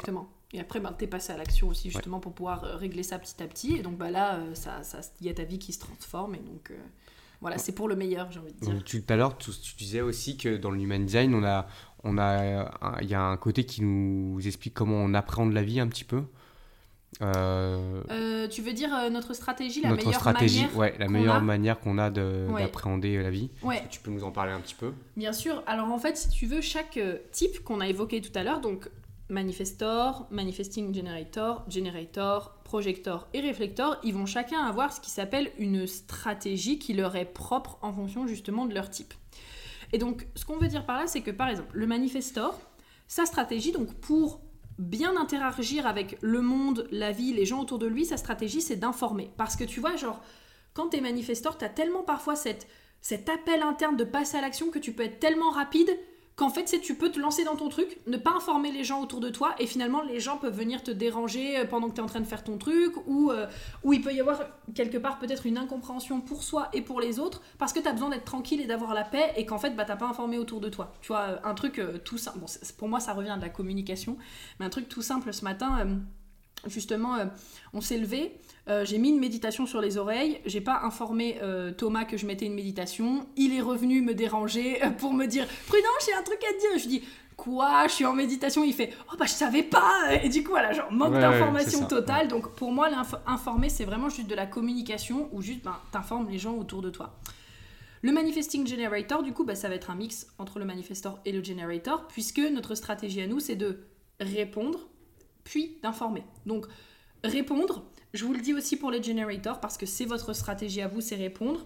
Et après, ben, t'es passé à l'action aussi, justement, ouais. pour pouvoir euh, régler ça petit à petit. Et donc, bah, là, il euh, ça, ça, y a ta vie qui se transforme. Et donc, euh, voilà, ouais. c'est pour le meilleur, j'ai envie de dire. Donc, tout à l'heure, tu, tu disais aussi que dans le Human Design, on a, on a, il y a un côté qui nous explique comment on appréhende la vie un petit peu. Euh... Euh, tu veux dire euh, notre stratégie, la notre meilleure stratégie, manière ouais, la meilleure a. manière qu'on a de, ouais. d'appréhender la vie. Ouais. Tu peux nous en parler un petit peu? Bien sûr. Alors en fait, si tu veux, chaque type qu'on a évoqué tout à l'heure, donc Manifestor, Manifesting Generator, Generator, Projector et Reflector, ils vont chacun avoir ce qui s'appelle une stratégie qui leur est propre en fonction justement de leur type. Et donc, ce qu'on veut dire par là, c'est que par exemple, le Manifestor, sa stratégie, donc pour bien interagir avec le monde, la vie, les gens autour de lui, sa stratégie, c'est d'informer. Parce que tu vois, genre, quand t'es Manifestor, t'as tellement parfois cette, cet appel interne de passer à l'action que tu peux être tellement rapide qu'en fait, c'est, tu peux te lancer dans ton truc, ne pas informer les gens autour de toi, et finalement, les gens peuvent venir te déranger pendant que tu es en train de faire ton truc, ou, euh, ou il peut y avoir quelque part peut-être une incompréhension pour soi et pour les autres, parce que tu as besoin d'être tranquille et d'avoir la paix, et qu'en fait, bah, tu n'as pas informé autour de toi. Tu vois, un truc euh, tout simple, bon, pour moi, ça revient de la communication, mais un truc tout simple ce matin... Euh, Justement, euh, on s'est levé, euh, j'ai mis une méditation sur les oreilles, j'ai pas informé euh, Thomas que je mettais une méditation, il est revenu me déranger euh, pour me dire « Prudence, j'ai un truc à te dire !» Je dis « Quoi ? Je suis en méditation ?» Il fait « Oh bah je savais pas !» Et du coup, voilà, genre manque ouais, d'information ouais, totale. Ouais. Donc pour moi, informer, c'est vraiment juste de la communication où juste ben, t'informes les gens autour de toi. Le Manifesting Generator, du coup, bah, ça va être un mix entre le Manifestor et le Generator, puisque notre stratégie à nous, c'est de répondre puis d'informer. Donc, répondre, je vous le dis aussi pour les generators, parce que c'est votre stratégie à vous, c'est répondre.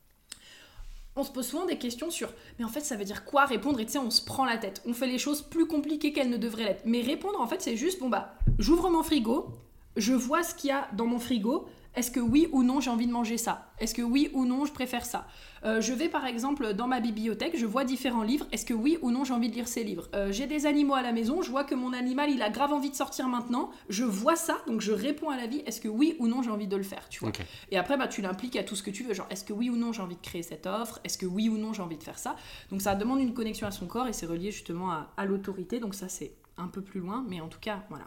On se pose souvent des questions sur, mais en fait, ça veut dire quoi répondre? Et tu sais, on se prend la tête. On fait les choses plus compliquées qu'elles ne devraient l'être. Mais répondre, en fait, c'est juste, bon bah, j'ouvre mon frigo, je vois ce qu'il y a dans mon frigo, est-ce que oui ou non j'ai envie de manger ça? Est-ce que oui ou non je préfère ça? euh, Je vais par exemple dans ma bibliothèque, je vois différents livres, est-ce que oui ou non j'ai envie de lire ces livres? euh, J'ai des animaux à la maison, je vois que mon animal il a grave envie de sortir maintenant, je vois ça, donc je réponds à la vie, est-ce que oui ou non j'ai envie de le faire, tu vois? Okay. Et après bah, tu l'impliques à tout ce que tu veux, genre est-ce que oui ou non j'ai envie de créer cette offre? Est-ce que oui ou non j'ai envie de faire ça? Donc ça demande une connexion à son corps et c'est relié justement à, à l'autorité, donc ça c'est un peu plus loin, mais en tout cas voilà.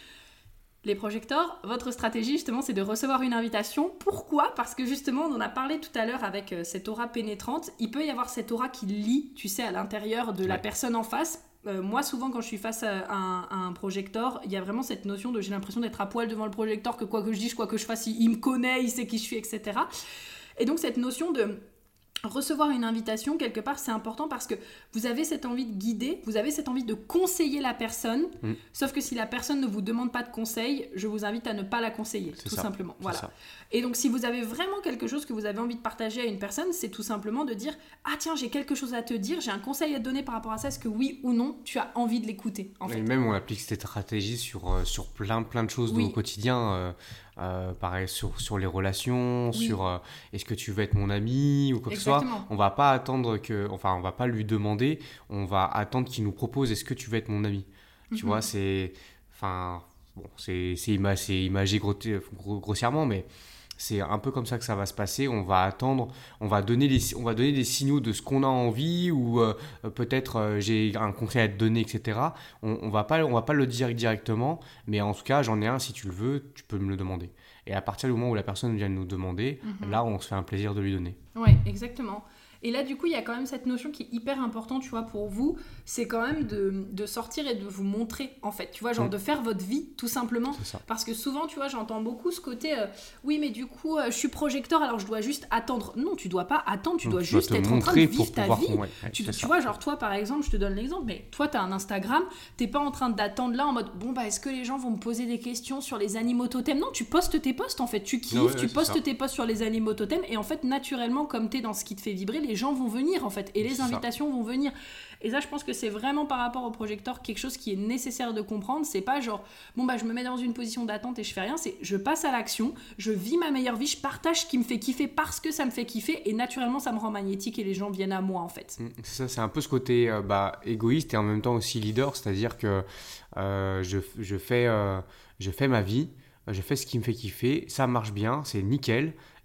Les projecteurs, votre stratégie justement c'est de recevoir une invitation. Pourquoi? Parce que justement on en a parlé tout à l'heure avec euh, cette aura pénétrante. Il peut y avoir cette aura qui lie, tu sais, à l'intérieur de ouais. la personne en face. Euh, moi souvent quand je suis face à un, à un projecteur, il y a vraiment cette notion de j'ai l'impression d'être à poil devant le projecteur, que quoi que je dise, quoi que je fasse, il, il me connaît, il sait qui je suis, et cetera. Et donc cette notion de... recevoir une invitation, quelque part, c'est important parce que vous avez cette envie de guider, vous avez cette envie de conseiller la personne, mmh. sauf que si la personne ne vous demande pas de conseil, je vous invite à ne pas la conseiller, c'est tout ça. simplement. Voilà. Ça. Et donc, si vous avez vraiment quelque chose que vous avez envie de partager à une personne, c'est tout simplement de dire « Ah tiens, j'ai quelque chose à te dire, j'ai un conseil à te donner par rapport à ça, est-ce que oui ou non, tu as envie de l'écouter ?» en fait. Et même, on applique cette stratégie sur, euh, sur plein, plein de choses oui. de au quotidien, euh, euh, pareil, sur, sur les relations, oui. sur euh, est-ce que tu veux être mon ami ou quoi que ce soit. On va pas attendre que, enfin, on va pas lui demander, on va attendre qu'il nous propose est-ce que tu veux être mon ami. Mm-hmm. Tu vois, c'est, enfin, bon, c'est, c'est, ima- c'est imagé gros, gros, grossièrement, mais c'est un peu comme ça que ça va se passer. On va attendre, on va donner les, on va donner des signaux de ce qu'on a envie ou euh, peut-être euh, j'ai un conseil à te donner, et cetera. On, on va pas, on va pas le dire directement, mais en tout cas, j'en ai un. Si tu le veux, tu peux me le demander. Et à partir du moment où la personne vient nous demander, mm-hmm. là, on se fait un plaisir de lui donner. Ouais, exactement. Et là, du coup, il y a quand même cette notion qui est hyper importante, tu vois, pour vous, c'est quand même de, de sortir et de vous montrer, en fait, tu vois, genre mmh. de faire votre vie, tout simplement. Parce que souvent, tu vois, j'entends beaucoup ce côté, euh, oui, mais du coup, euh, je suis projecteur, alors je dois juste attendre. Non, tu dois pas attendre, tu dois mmh, juste être en train de vivre ta vie. Ouais, ouais, tu tu vois, genre toi, par exemple, je te donne l'exemple, mais toi, t'as un Instagram, t'es pas en train d'attendre là en mode, bon, bah, est-ce que les gens vont me poser des questions sur les animaux totems? Non, tu postes tes posts, en fait, tu kiffes, ouais, tu ouais, postes tes posts sur les animaux totems, et en fait, naturellement, comme t'es dans ce qui te fait vibrer, les gens vont venir en fait et les c'est invitations ça. vont venir. Et ça, je pense que c'est vraiment par rapport au projecteur quelque chose qui est nécessaire de comprendre. C'est pas genre bon bah je me mets dans une position d'attente et je fais rien, c'est je passe à l'action, je vis ma meilleure vie, je partage ce qui me fait kiffer parce que ça me fait kiffer et naturellement ça me rend magnétique et les gens viennent à moi en fait. C'est ça, c'est un peu ce côté euh, bah, égoïste et en même temps aussi leader, c'est-à-dire que euh, je, je, fais, euh, je fais ma vie, je fais ce qui me fait kiffer, ça marche bien, c'est nickel.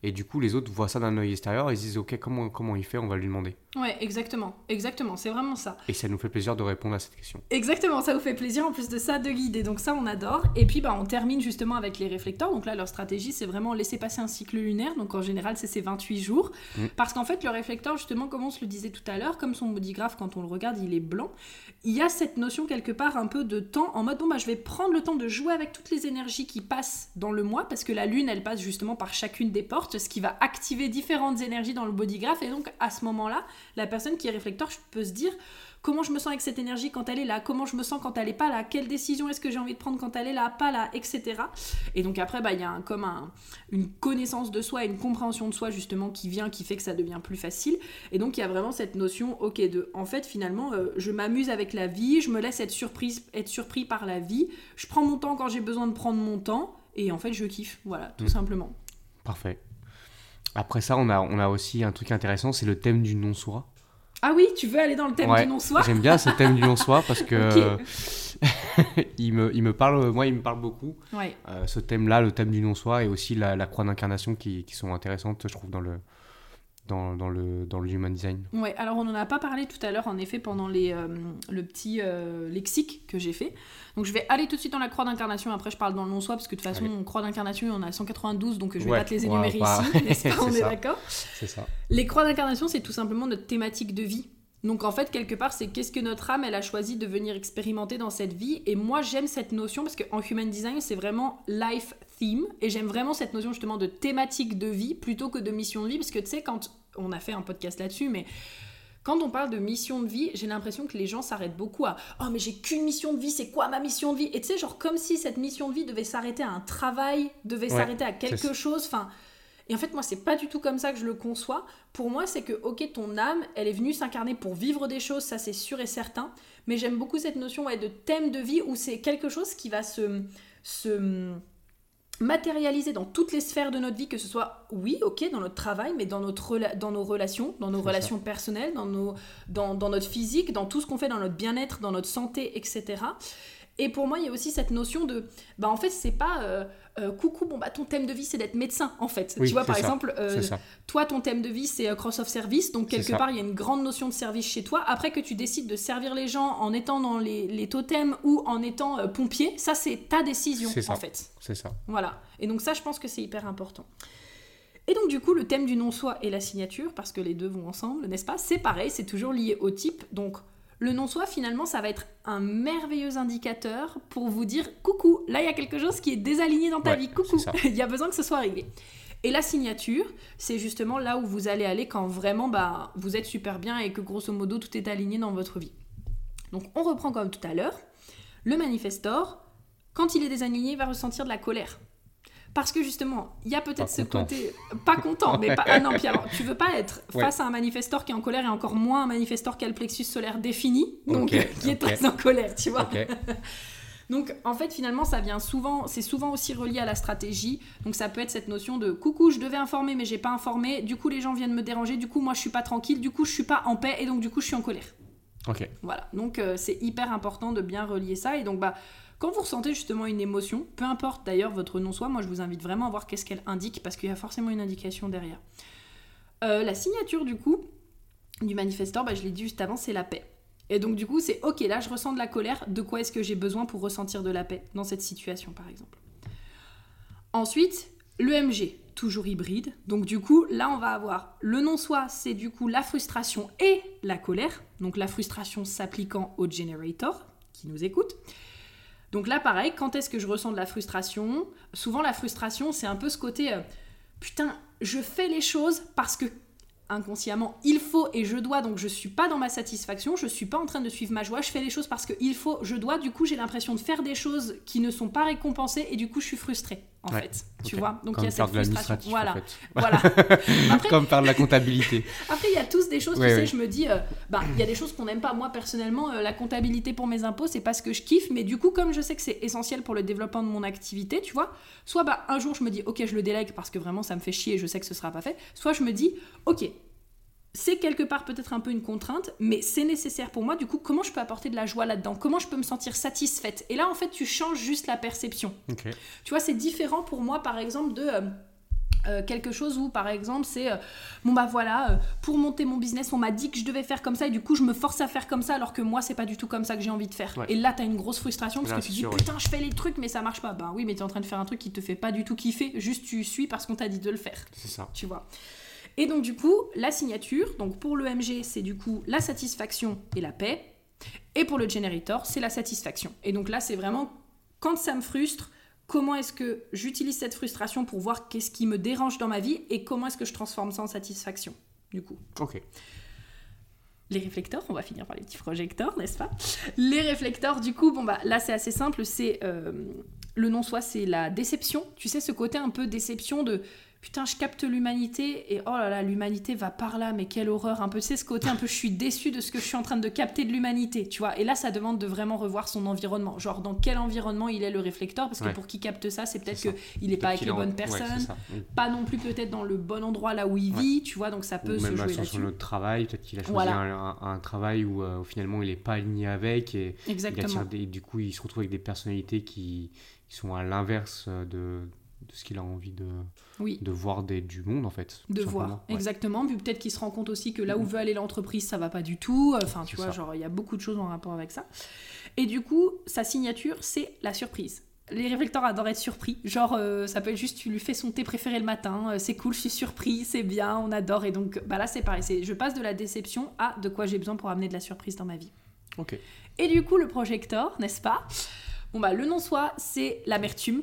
et du coup les autres voient ça d'un œil extérieur et se disent ok, comment, comment il fait, on va lui demander. Ouais, exactement, exactement, c'est vraiment ça. Et ça nous fait plaisir de répondre à cette question. Exactement, ça vous fait plaisir en plus de ça de guider, donc ça on adore. Et puis bah, on termine justement avec les réflecteurs, donc là leur stratégie c'est vraiment laisser passer un cycle lunaire, donc en général c'est ces vingt-huit jours, mmh. parce qu'en fait le réflecteur justement, comme on se le disait tout à l'heure, comme son bodygraph quand on le regarde il est blanc, il y a cette notion quelque part un peu de temps, en mode bon bah je vais prendre le temps de jouer avec toutes les énergies qui passent dans le mois, parce que la lune elle passe justement par chacune des portes, ce qui va activer différentes énergies dans le bodygraph, et donc à ce moment-là, la personne qui est réflecteur peut se dire comment je me sens avec cette énergie quand elle est là, comment je me sens quand elle est pas là, quelle décision est-ce que j'ai envie de prendre quand elle est là, pas là, et cetera. Et donc après, bah, y a un, comme un, une connaissance de soi, une compréhension de soi justement qui vient, qui fait que ça devient plus facile. Et donc il y a vraiment cette notion, ok, de, en fait finalement, euh, je m'amuse avec la vie, je me laisse être, surprise, être surpris par la vie, je prends mon temps quand j'ai besoin de prendre mon temps, et en fait je kiffe, voilà, tout mmh. simplement. Parfait. Après ça, on a, on a aussi un truc intéressant, c'est le thème du non-soi. Ah oui, tu veux aller dans le thème ouais, du non-soi ? J'aime bien ce thème du non-soi parce que okay. il, me, il me parle, moi, il me parle beaucoup. Ouais. Euh, ce thème-là, le thème du non-soi, et aussi la, la croix d'incarnation qui, qui sont intéressantes, je trouve, dans le, dans, dans le, dans le human design. Ouais, alors on n'en a pas parlé tout à l'heure, en effet, pendant les, euh, le petit euh, lexique que j'ai fait. Donc je vais aller tout de suite dans la croix d'incarnation, après je parle dans le non-soi, parce que de toute façon, croix d'incarnation, il y en a cent quatre-vingt-douze, donc je vais ouais, pas te les énumérer pas... ici, n'est-ce pas ? On est ça. d'accord ? C'est ça. Les croix d'incarnation, c'est tout simplement notre thématique de vie. Donc en fait, quelque part, c'est qu'est-ce que notre âme, elle a choisi de venir expérimenter dans cette vie. Et moi, j'aime cette notion, parce qu'en Human Design, c'est vraiment life theme. Et j'aime vraiment cette notion justement de thématique de vie, plutôt que de mission de vie. Parce que tu sais, quand on a fait un podcast là-dessus, mais quand on parle de mission de vie, j'ai l'impression que les gens s'arrêtent beaucoup à « Oh, mais j'ai qu'une mission de vie, c'est quoi ma mission de vie ?» Et tu sais, genre comme si cette mission de vie devait s'arrêter à un travail, devait ouais, s'arrêter à quelque chose, enfin... Et en fait, moi, c'est pas du tout comme ça que je le conçois. Pour moi, c'est que, ok, ton âme, elle est venue s'incarner pour vivre des choses, ça c'est sûr et certain. Mais j'aime beaucoup cette notion ouais, de thème de vie où c'est quelque chose qui va se, se matérialiser dans toutes les sphères de notre vie, que ce soit, oui, ok, dans notre travail, mais dans, notre rela- dans nos relations, dans nos c'est relations ça. personnelles, dans, nos, dans, dans notre physique, dans tout ce qu'on fait, dans notre bien-être, dans notre santé, et cetera. Et pour moi, il y a aussi cette notion de... Bah, en fait, c'est pas... Euh, euh, coucou, bon, bah, ton thème de vie, c'est d'être médecin, en fait. Oui, tu vois, par ça. exemple, euh, toi, ton thème de vie, c'est euh, cross of service. Donc, quelque part, il y a une grande notion de service chez toi. Après que tu décides de servir les gens en étant dans les, les totems ou en étant euh, pompier, ça, c'est ta décision, c'est en fait. C'est ça. Voilà. Et donc, ça, je pense que c'est hyper important. Et donc, du coup, le thème du non-soi et la signature, parce que les deux vont ensemble, n'est-ce pas ? C'est pareil, c'est toujours lié au type. Donc, le non-soi, finalement, ça va être un merveilleux indicateur pour vous dire « Coucou, là, il y a quelque chose qui est désaligné dans ta ouais, vie. Coucou, il y a besoin que ce soit réglé. » Et la signature, c'est justement là où vous allez aller quand vraiment bah, vous êtes super bien et que, grosso modo, tout est aligné dans votre vie. Donc, on reprend comme tout à l'heure. Le manifestor, quand il est désaligné, il va ressentir de la colère. Parce que justement, il y a peut-être pas ce content. côté... Pas content, mais pas... Ah non, puis alors, tu veux pas être face ouais. à un manifestor qui est en colère et encore moins un manifestor qui a le plexus solaire défini, donc okay, qui est okay. très en colère, tu vois. Okay. Donc, en fait, finalement, ça vient souvent... C'est souvent aussi relié à la stratégie. Donc, ça peut être cette notion de « Coucou, je devais informer, mais j'ai pas informé. Du coup, les gens viennent me déranger. Du coup, moi, je suis pas tranquille. Du coup, je suis pas en paix. Et donc, du coup, je suis en colère. » Ok. Voilà. Donc, euh, c'est hyper important de bien relier ça. Et donc, bah... Quand vous ressentez justement une émotion, peu importe d'ailleurs votre non-soi, moi je vous invite vraiment à voir qu'est-ce qu'elle indique, parce qu'il y a forcément une indication derrière. Euh, la signature du coup, du manifestor, bah, je l'ai dit juste avant, c'est la paix. Et donc du coup, c'est ok, là je ressens de la colère, de quoi est-ce que j'ai besoin pour ressentir de la paix dans cette situation par exemple. Ensuite, l'E M G, toujours hybride. Donc du coup, là on va avoir le non-soi, c'est du coup la frustration et la colère. Donc la frustration s'appliquant au generator, qui nous écoute. Donc là, pareil, quand est-ce que je ressens de la frustration ? Souvent, la frustration, c'est un peu ce côté euh, « Putain, je fais les choses parce que inconsciemment, il faut et je dois, donc je suis pas dans ma satisfaction, je suis pas en train de suivre ma joie, je fais les choses parce que il faut, je dois, du coup, j'ai l'impression de faire des choses qui ne sont pas récompensées et du coup, je suis frustrée, en ouais, fait. Okay. Tu vois ? Donc, il y a cette frustration. Voilà. En fait. voilà. Après, comme faire de la comptabilité. Après, il y a tous des choses, ouais, tu ouais. sais, je me dis, euh, bah, il y a des choses qu'on n'aime pas. Moi, personnellement, euh, la comptabilité pour mes impôts, c'est pas ce que je kiffe, mais du coup, comme je sais que c'est essentiel pour le développement de mon activité, tu vois, soit bah, un jour, je me dis, ok, je le délègue parce que vraiment, ça me fait chier et je sais que ce sera pas fait, soit je me dis, ok, c'est quelque part peut-être un peu une contrainte, mais c'est nécessaire pour moi. Du coup, comment je peux apporter de la joie là-dedans ? Comment je peux me sentir satisfaite ? Et là, en fait, tu changes juste la perception. Okay. Tu vois, c'est différent pour moi, par exemple, de... Euh, Euh, quelque chose où par exemple c'est euh, bon bah voilà euh, pour monter mon business on m'a dit que je devais faire comme ça et du coup je me force à faire comme ça alors que moi c'est pas du tout comme ça que j'ai envie de faire ouais. Et là t'as une grosse frustration parce là, que tu dis sûr, putain ouais. Je fais les trucs mais ça marche pas. Bah oui mais t'es en train de faire un truc qui te fait pas du tout kiffer, juste tu suis parce qu'on t'a dit de le faire. C'est ça. Tu vois. Et donc du coup la signature, donc pour l'E M G c'est du coup la satisfaction et la paix, et pour le generator c'est la satisfaction. Et donc là c'est vraiment quand ça me frustre, comment est-ce que j'utilise cette frustration pour voir qu'est-ce qui me dérange dans ma vie et comment est-ce que je transforme ça en satisfaction, du coup. Ok. Les réflecteurs, on va finir par les petits projecteurs, n'est-ce pas ? Les réflecteurs, du coup, bon bah là c'est assez simple, c'est euh, le non-soi, c'est la déception. Tu sais, ce côté un peu déception de putain, je capte l'humanité et oh là là, l'humanité va par là, mais quelle horreur. Un peu, tu sais, ce côté un peu, je suis déçue de ce que je suis en train de capter de l'humanité, tu vois. Et là, ça demande de vraiment revoir son environnement. Genre, dans quel environnement il est le réflecteur, parce que ouais. Pour qui capte ça, c'est peut-être qu'il n'est pas avec les en... bonnes personnes, ouais, pas non plus peut-être dans le bon endroit là où il vit, ouais. Tu vois, donc ça peut ou se même jouer là-dessus. Sur notre travail, peut-être qu'il a choisi voilà. un, un, un travail où euh, finalement il n'est pas aligné avec et exactement. Il attire des, du coup, il se retrouve avec des personnalités qui, qui sont à l'inverse de... de ce qu'il a envie de, oui. de voir des, du monde en fait. De voir, ouais. Exactement. Puis peut-être qu'il se rend compte aussi que là où veut aller l'entreprise, ça va pas du tout. Enfin, tu c'est vois, ça. Genre, il y a beaucoup de choses en rapport avec ça. Et du coup, sa signature, c'est la surprise. Les réflecteurs adorent être surpris. Genre, euh, ça peut être juste, tu lui fais son thé préféré le matin, euh, c'est cool, je suis surpris, c'est bien, on adore. Et donc, bah là, c'est pareil. C'est, je passe de la déception à de quoi j'ai besoin pour amener de la surprise dans ma vie. Ok. Et du coup, le projecteur, n'est-ce pas ? Bon, bah, le non-soi, c'est l'amertume.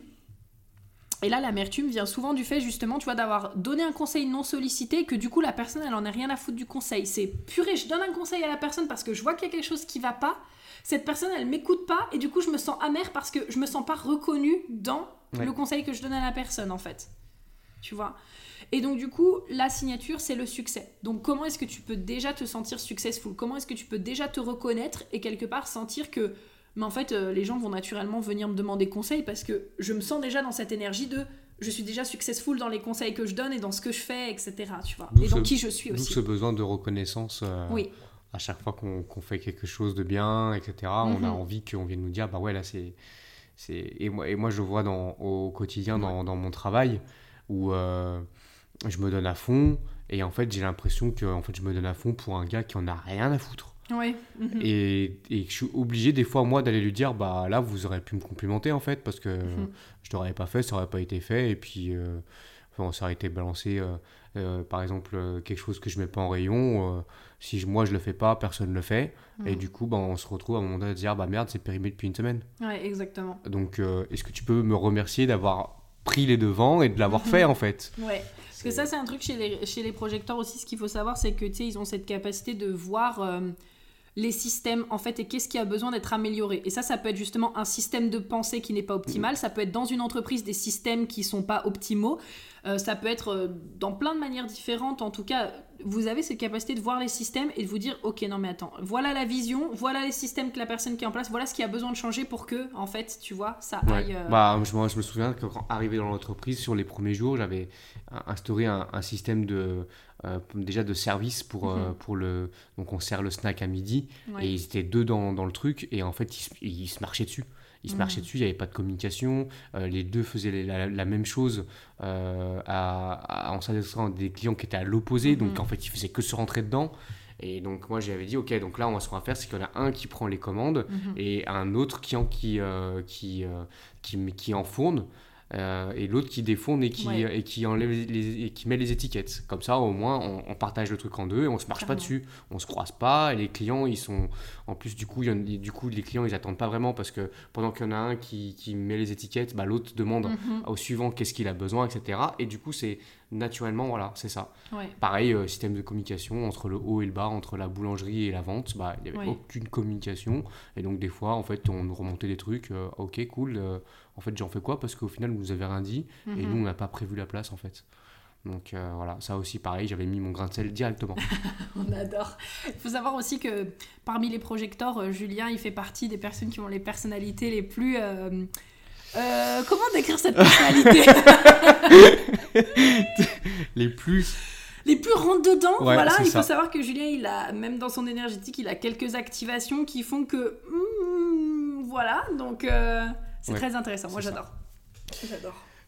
Et là, l'amertume vient souvent du fait, justement, tu vois, d'avoir donné un conseil non sollicité et que du coup, la personne, elle en a rien à foutre du conseil. C'est purée, je donne un conseil à la personne parce que je vois qu'il y a quelque chose qui va pas. Cette personne, elle m'écoute pas et du coup, je me sens amère parce que je me sens pas reconnue dans ouais. Le conseil que je donne à la personne, en fait. Tu vois ? Et donc, du coup, la signature, c'est le succès. Donc, comment est-ce que tu peux déjà te sentir successful ? Comment est-ce que tu peux déjà te reconnaître et quelque part sentir que... Mais en fait, euh, les gens vont naturellement venir me demander conseil parce que je me sens déjà dans cette énergie de je suis déjà successful dans les conseils que je donne et dans ce que je fais, et cetera. Tu vois, d'où et dans ce, qui je suis aussi. D'où ce besoin de reconnaissance euh, oui. à chaque fois qu'on, qu'on fait quelque chose de bien, et cetera. Mm-hmm. On a envie qu'on vienne nous dire bah ouais, là c'est. c'est... Et, moi, et moi, je vois dans, au quotidien dans, ouais. dans mon travail où euh, je me donne à fond et en fait, j'ai l'impression que en fait, je me donne à fond pour un gars qui en a rien à foutre. Oui. Mm-hmm. Et, et je suis obligé des fois moi d'aller lui dire bah là vous aurez pu me complimenter en fait parce que mm-hmm. je l'aurais pas fait, ça aurait pas été fait et puis euh, enfin, ça aurait été balancé euh, euh, par exemple euh, quelque chose que je mets pas en rayon euh, si je, moi je le fais pas personne le fait mm-hmm. et du coup bah, on se retrouve à un moment donné à dire bah merde c'est périmé depuis une semaine. Ouais exactement. Donc euh, est-ce que tu peux me remercier d'avoir pris les devants et de l'avoir mm-hmm. fait en fait. Ouais. Parce que ça c'est un truc chez les, chez les projecteurs aussi, ce qu'il faut savoir c'est que tu sais ils ont cette capacité de voir euh, les systèmes en fait et qu'est-ce qui a besoin d'être amélioré et ça ça peut être justement un système de pensée qui n'est pas optimal, ça peut être dans une entreprise des systèmes qui sont pas optimaux, euh, ça peut être euh, dans plein de manières différentes. En tout cas vous avez cette capacité de voir les systèmes et de vous dire ok non mais attends, voilà la vision, voilà les systèmes que la personne qui est en place, voilà ce qui a besoin de changer pour que en fait tu vois ça ouais. aille euh... bah, je, moi, je me souviens que quand arrivé dans l'entreprise sur les premiers jours j'avais instauré un, un système de Euh, déjà de service pour, mm-hmm. euh, pour le... Donc on sert le snack à midi ouais. et ils étaient deux dans, dans le truc et en fait ils, ils se marchaient dessus. Ils se mmh. marchaient dessus, il n'y avait pas de communication. Euh, les deux faisaient la, la même chose euh, à, à, en s'adressant à des clients qui étaient à l'opposé. Mmh. Donc en fait ils faisaient que se rentrer dedans. Et donc moi j'avais dit ok donc là on va, ce qu'on va faire c'est qu'il y en a un qui prend les commandes mmh. et un autre qui, en, qui, euh, qui, euh, qui, qui enfourne. Euh, et l'autre qui défonde et qui, ouais. et qui enlève les, les, et qui met les étiquettes. Comme ça, au moins, on, on partage le truc en deux et on se marche Carrément. Pas dessus. On se croise pas et les clients, ils sont... En plus, du coup, il y en, du coup, les clients, ils attendent pas vraiment parce que pendant qu'il y en a un qui, qui met les étiquettes, bah, l'autre demande mm-hmm. au suivant qu'est-ce qu'il a besoin, et cetera. Et du coup, c'est naturellement, voilà, c'est ça. Ouais. Pareil, euh, système de communication entre le haut et le bas, entre la boulangerie et la vente, bah, il n'y avait ouais. aucune communication. Et donc, des fois, en fait, on nous remontait des trucs. Euh, ok, cool. Euh, en fait, j'en fais quoi ? Parce qu'au final, vous nous avez rien dit. Mm-hmm. Et nous, on n'a pas prévu la place, en fait. Donc euh, voilà, ça aussi pareil, j'avais mis mon grain de sel directement. On adore. Il faut savoir aussi que parmi les projecteurs, euh, Julien, il fait partie des personnes qui ont les personnalités les plus... Euh, euh, comment décrire cette personnalité ? Les plus... Les plus rentre-dedans, ouais, voilà. Il ça. faut savoir que Julien, il a, même dans son énergétique, il a quelques activations qui font que... Hmm, voilà, donc euh, c'est ouais, très intéressant. Moi, c'est j'adore. Ça. J'adore.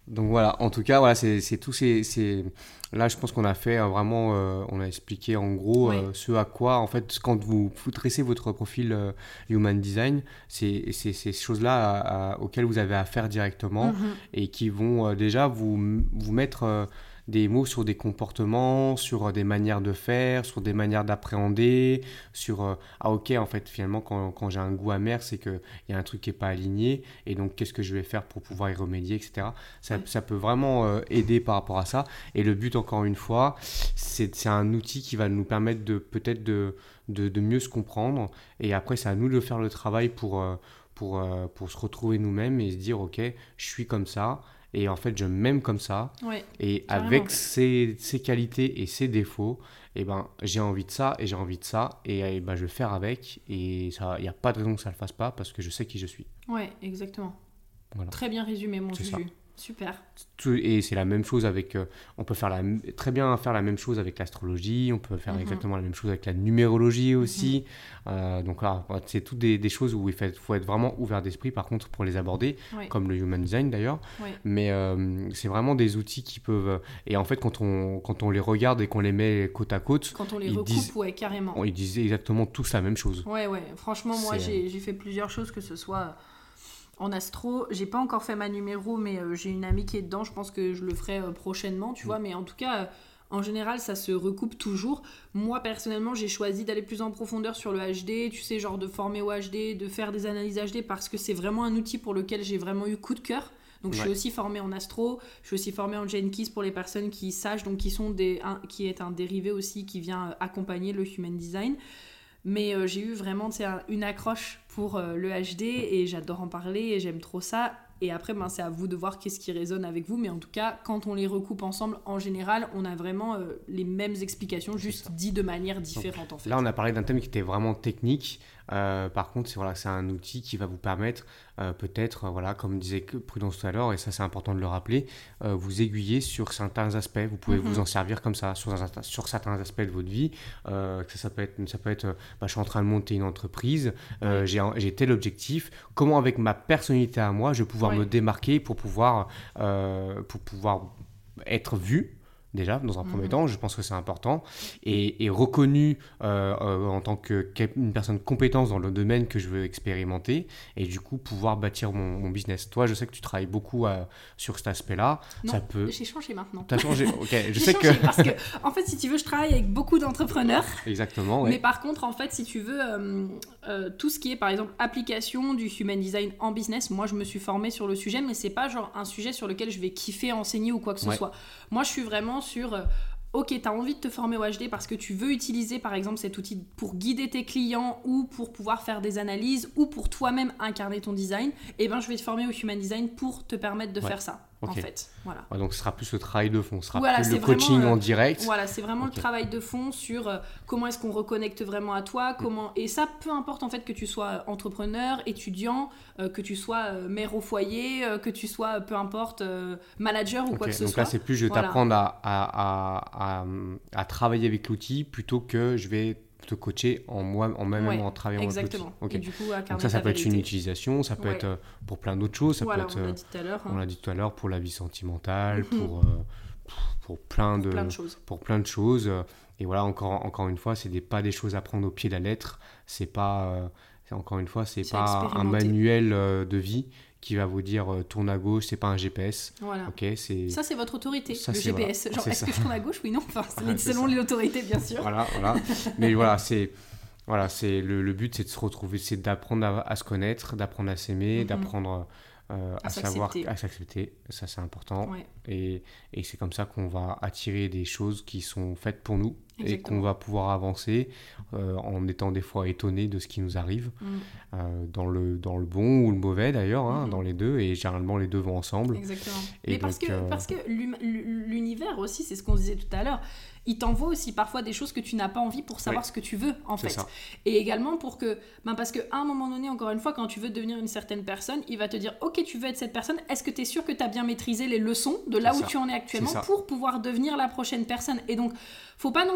Donc voilà, en tout cas, voilà, c'est, c'est tout ces, ces... Là, je pense qu'on a fait euh, vraiment, euh, on a expliqué en gros Ouais. euh, ce à quoi, en fait, quand vous, vous dressez votre profil euh, Human Design, c'est, c'est ces choses-là à- à- auxquelles vous avez affaire directement Mhm. et qui vont euh, déjà vous, vous mettre euh, des mots sur des comportements, sur euh, des manières de faire, sur des manières d'appréhender, sur euh, ah ok, en fait, finalement, quand, quand j'ai un goût amer, c'est qu'il y a un truc qui n'est pas aligné et donc qu'est-ce que je vais faire pour pouvoir y remédier, et cetera. Ça, Ouais. ça peut vraiment euh, aider par rapport à ça. Et le but, encore une fois, c'est, c'est un outil qui va nous permettre de peut-être de, de, de mieux se comprendre. Et après, c'est à nous de faire le travail pour, euh, pour, euh, pour se retrouver nous-mêmes et se dire, OK, je suis comme ça. Et en fait, je m'aime comme ça. Ouais, Et carrément. avec ses, ses qualités et ses défauts, eh ben, j'ai envie de ça et j'ai envie de ça. Et eh ben, je vais faire avec. Et il n'y a pas de raison que ça ne le fasse pas parce que je sais qui je suis. Ouais, exactement. Voilà. Très bien résumé, mon C'est Juju. Super. Tout- et c'est la même chose avec euh, on peut faire la, très bien faire la même chose avec l'astrologie, on peut faire Mhm. exactement la même chose avec la numérologie aussi. Euh, donc là c'est toutes des, des choses où il faut être, faut être vraiment ouvert d'esprit par contre pour les aborder, Ouais. comme le human design d'ailleurs. Ouais. Mais euh, c'est vraiment des outils qui peuvent, et en fait quand on, quand on les regarde et qu'on les met côte à côte, Quand on les ils recoupe, disent, ouais, carrément. ils disent exactement tous la même chose. Ouais, ouais. Franchement, moi, C'est- j'ai, j'ai fait plusieurs choses, que ce soit en astro. J'ai pas encore fait ma numéro, mais euh, j'ai une amie qui est dedans. Je pense que je le ferai euh, prochainement, tu vois. Mais en tout cas, euh, en général, ça se recoupe toujours. Moi, personnellement, j'ai choisi d'aller plus en profondeur sur le H D. Tu sais, genre de former au H D, de faire des analyses H D, parce que c'est vraiment un outil pour lequel j'ai vraiment eu coup de cœur. Donc, je suis Ouais. aussi formée en astro. Je suis aussi formée en Gene Keys pour les personnes qui sachent, donc qui, sont des, un- qui est un dérivé aussi qui vient euh, accompagner le Human Design. Mais euh, j'ai eu vraiment tu sais, un- une accroche pour euh, le H D et j'adore en parler et j'aime trop ça. Et après, ben, c'est à vous de voir qu'est-ce qui résonne avec vous. Mais en tout cas, quand on les recoupe ensemble, en général, on a vraiment euh, les mêmes explications, juste dit de manière différente en fait. Là, on a parlé d'un thème qui était vraiment technique. Euh, par contre, c'est, voilà, c'est un outil qui va vous permettre, euh, peut-être, euh, voilà, comme disait Prudence tout à l'heure, et ça c'est important de le rappeler, euh, vous aiguiller sur certains aspects. Vous pouvez Mhm. vous en servir comme ça, sur, un- sur certains aspects de votre vie. Euh, que ça, peut être, ça peut être, euh, bah, je suis en train de monter une entreprise, euh, Ouais. j'ai, un- j'ai tel objectif. Comment, avec ma personnalité à moi, je vais pouvoir Ouais. me démarquer pour pouvoir, euh, pour pouvoir être vu déjà dans un premier Mhm. temps, je pense que c'est important, et, et reconnu euh, euh, en tant que une personne compétente dans le domaine que je veux expérimenter, et du coup pouvoir bâtir mon, mon business. Toi, je sais que tu travailles beaucoup euh, sur cet aspect-là. Non, Ça peut... j'ai changé maintenant. T'as changé. Ok, je J'ai sais changé que. parce que, en fait, si tu veux, je travaille avec beaucoup d'entrepreneurs. Exactement, ouais. Mais par contre, en fait, si tu veux, euh, euh, tout ce qui est, par exemple, application du Human Design en business, moi, je me suis formée sur le sujet, mais c'est pas genre un sujet sur lequel je vais kiffer enseigner ou quoi que ce Ouais. soit. Moi, je suis vraiment sur... euh, Ok, tu as envie de te former au H D parce que tu veux utiliser par exemple cet outil pour guider tes clients ou pour pouvoir faire des analyses ou pour toi-même incarner ton design, et ben je vais te former au Human Design pour te permettre de Ouais. faire ça, en Ok. fait. Voilà. Ouais, donc ce sera plus le travail de fond, ce sera Voilà, plus c'est le coaching vraiment, euh, en direct. Voilà, c'est vraiment Ok. le travail de fond sur euh, comment est-ce qu'on reconnecte vraiment à toi, comment et ça peu importe en fait que tu sois entrepreneur, étudiant, euh, que tu sois euh, mère au foyer, euh, que tu sois euh, peu importe euh, manager ou Ok, quoi que ce donc soit. là, c'est plus je vais Voilà. t'apprendre à, à, à, à, à travailler avec l'outil plutôt que je vais te coacher en moi, en moi-même Ouais, en travaillant Exactement. avec l'outil. Et Ok. du coup, Donc incarner ça, ça ta peut être une vérité. utilisation, ça peut Ouais. être euh, pour plein d'autres choses, ça Voilà, peut être, on l'a euh, dit tout à l'heure. on hein. l'a dit tout à l'heure, pour la vie sentimentale, Mhm. pour, euh, pour plein de, Plein de choses. pour plein de choses. euh, Et voilà, encore, encore une fois, c'est des, pas des choses à prendre au pied de la lettre. C'est pas, euh, c'est encore une fois, c'est C'est pas un expérimenter. manuel euh, de vie qui va vous dire euh, tourne à gauche, c'est pas un G P S. Voilà. Ok, c'est Ça, c'est votre autorité, Ça, le c'est- G P S. voilà. Genre, C'est est-ce ça. que je tourne à gauche? Oui, non. Enfin, c'est Ouais, c'est selon ça. l'autorité, bien sûr. voilà, voilà. Mais voilà, c'est voilà, c'est le, le but, c'est de se retrouver, c'est d'apprendre à, à se connaître, d'apprendre à s'aimer, Mhm. d'apprendre euh, à, À savoir, s'accepter. à s'accepter. Ça, c'est important. Ouais. Et, et c'est comme ça qu'on va attirer des choses qui sont faites pour nous et Exactement. qu'on va pouvoir avancer euh, en étant des fois étonné de ce qui nous arrive, Mm. euh, dans, le, dans le bon ou le mauvais d'ailleurs, hein, Mhm. dans les deux. Et généralement, les deux vont ensemble. Exactement. Et Mais parce donc, que, euh, parce que l'hum- l'univers aussi, c'est ce qu'on disait tout à l'heure, il t'envoie aussi parfois des choses que tu n'as pas envie pour savoir Ouais. ce que tu veux, en C'est fait. ça. Et également pour que, ben parce qu'à un moment donné, encore une fois, quand tu veux devenir une certaine personne, il va te dire, ok, tu veux être cette personne, est-ce que tu es sûr que tu as bien maîtrisé les leçons de là C'est où ça. tu en es actuellement C'est ça. pour pouvoir devenir la prochaine personne? Et donc, faut pas non plus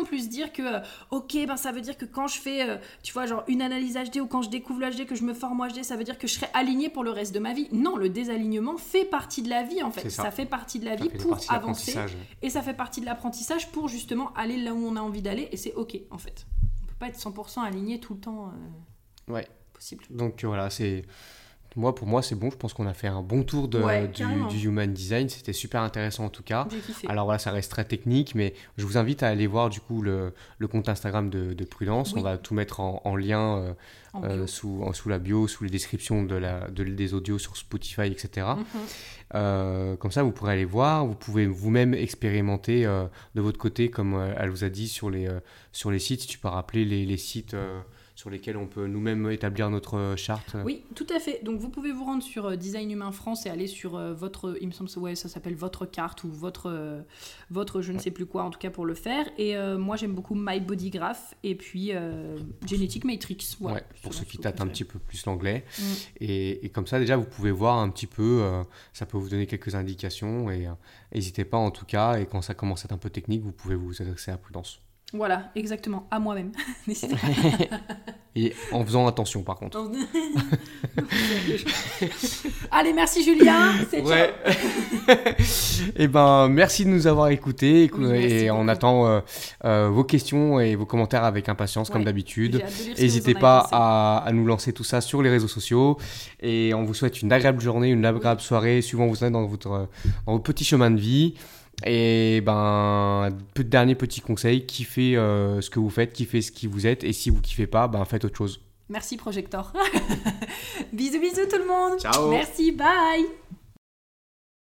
plus dire que, euh, ok, ben ça veut dire que quand je fais, euh, tu vois, genre une analyse H D ou quand je découvre le H D, que je me forme au H D, ça veut dire que je serai aligné pour le reste de ma vie. Non, le désalignement fait partie de la vie en fait. Ça. ça fait partie de la vie pour avancer. Et ça fait partie de l'apprentissage pour justement aller là où on a envie d'aller. Et c'est ok en fait. On peut pas être cent pour cent aligné tout le temps. Euh, ouais. Possible. Donc voilà, c'est. Moi, pour moi, c'est bon. Je pense qu'on a fait un bon tour de, ouais, du, du Human Design. C'était super intéressant en tout cas. J'ai kiffé. Alors voilà, ça reste très technique, mais je vous invite à aller voir du coup le, le compte Instagram de, de Prudence. Oui. On va tout mettre en, en lien euh, en euh, sous, en, sous la bio, sous les descriptions de la, de, des audios sur Spotify, et cetera. Mm-hmm. Euh, comme ça, vous pourrez aller voir. Vous pouvez vous-même expérimenter euh, de votre côté, comme euh, elle vous a dit sur les, euh, sur les sites. Si tu peux rappeler les, les sites... Euh, sur lesquels on peut nous-mêmes établir notre charte. Oui, tout à fait. Donc vous pouvez vous rendre sur euh, Design Humain France et aller sur euh, votre, il me semble, ouais, ça s'appelle votre carte ou votre, euh, votre je ne sais plus quoi, en tout cas pour le faire. Et euh, moi j'aime beaucoup My Body Graph et puis euh, Genetic Matrix. Voilà, ouais, pour ceux qui tâtent un petit peu plus l'anglais. Mm. Et, et comme ça déjà vous pouvez voir un petit peu, euh, ça peut vous donner quelques indications et n'hésitez euh, pas en tout cas. Et quand ça commence à être un peu technique, vous pouvez vous adresser à Prudence. Voilà, exactement, à moi-même. Et en faisant attention par contre. Allez, merci Julien. C'est ouais. Et ben, merci de nous avoir écoutés. Oui, et on attend euh, euh, vos questions et vos commentaires avec impatience, ouais, comme d'habitude. N'hésitez pas à, à nous lancer tout ça sur les réseaux sociaux. Et on vous souhaite une agréable journée, une agréable oui. soirée, suivant où vous êtes dans votre, dans votre petit chemin de vie. Et ben, dernier petit conseil, kiffez euh, ce que vous faites, kiffez ce qui vous êtes, et si vous kiffez pas, ben faites autre chose. Merci Projector. Bisous bisous tout le monde. Ciao. Merci, bye.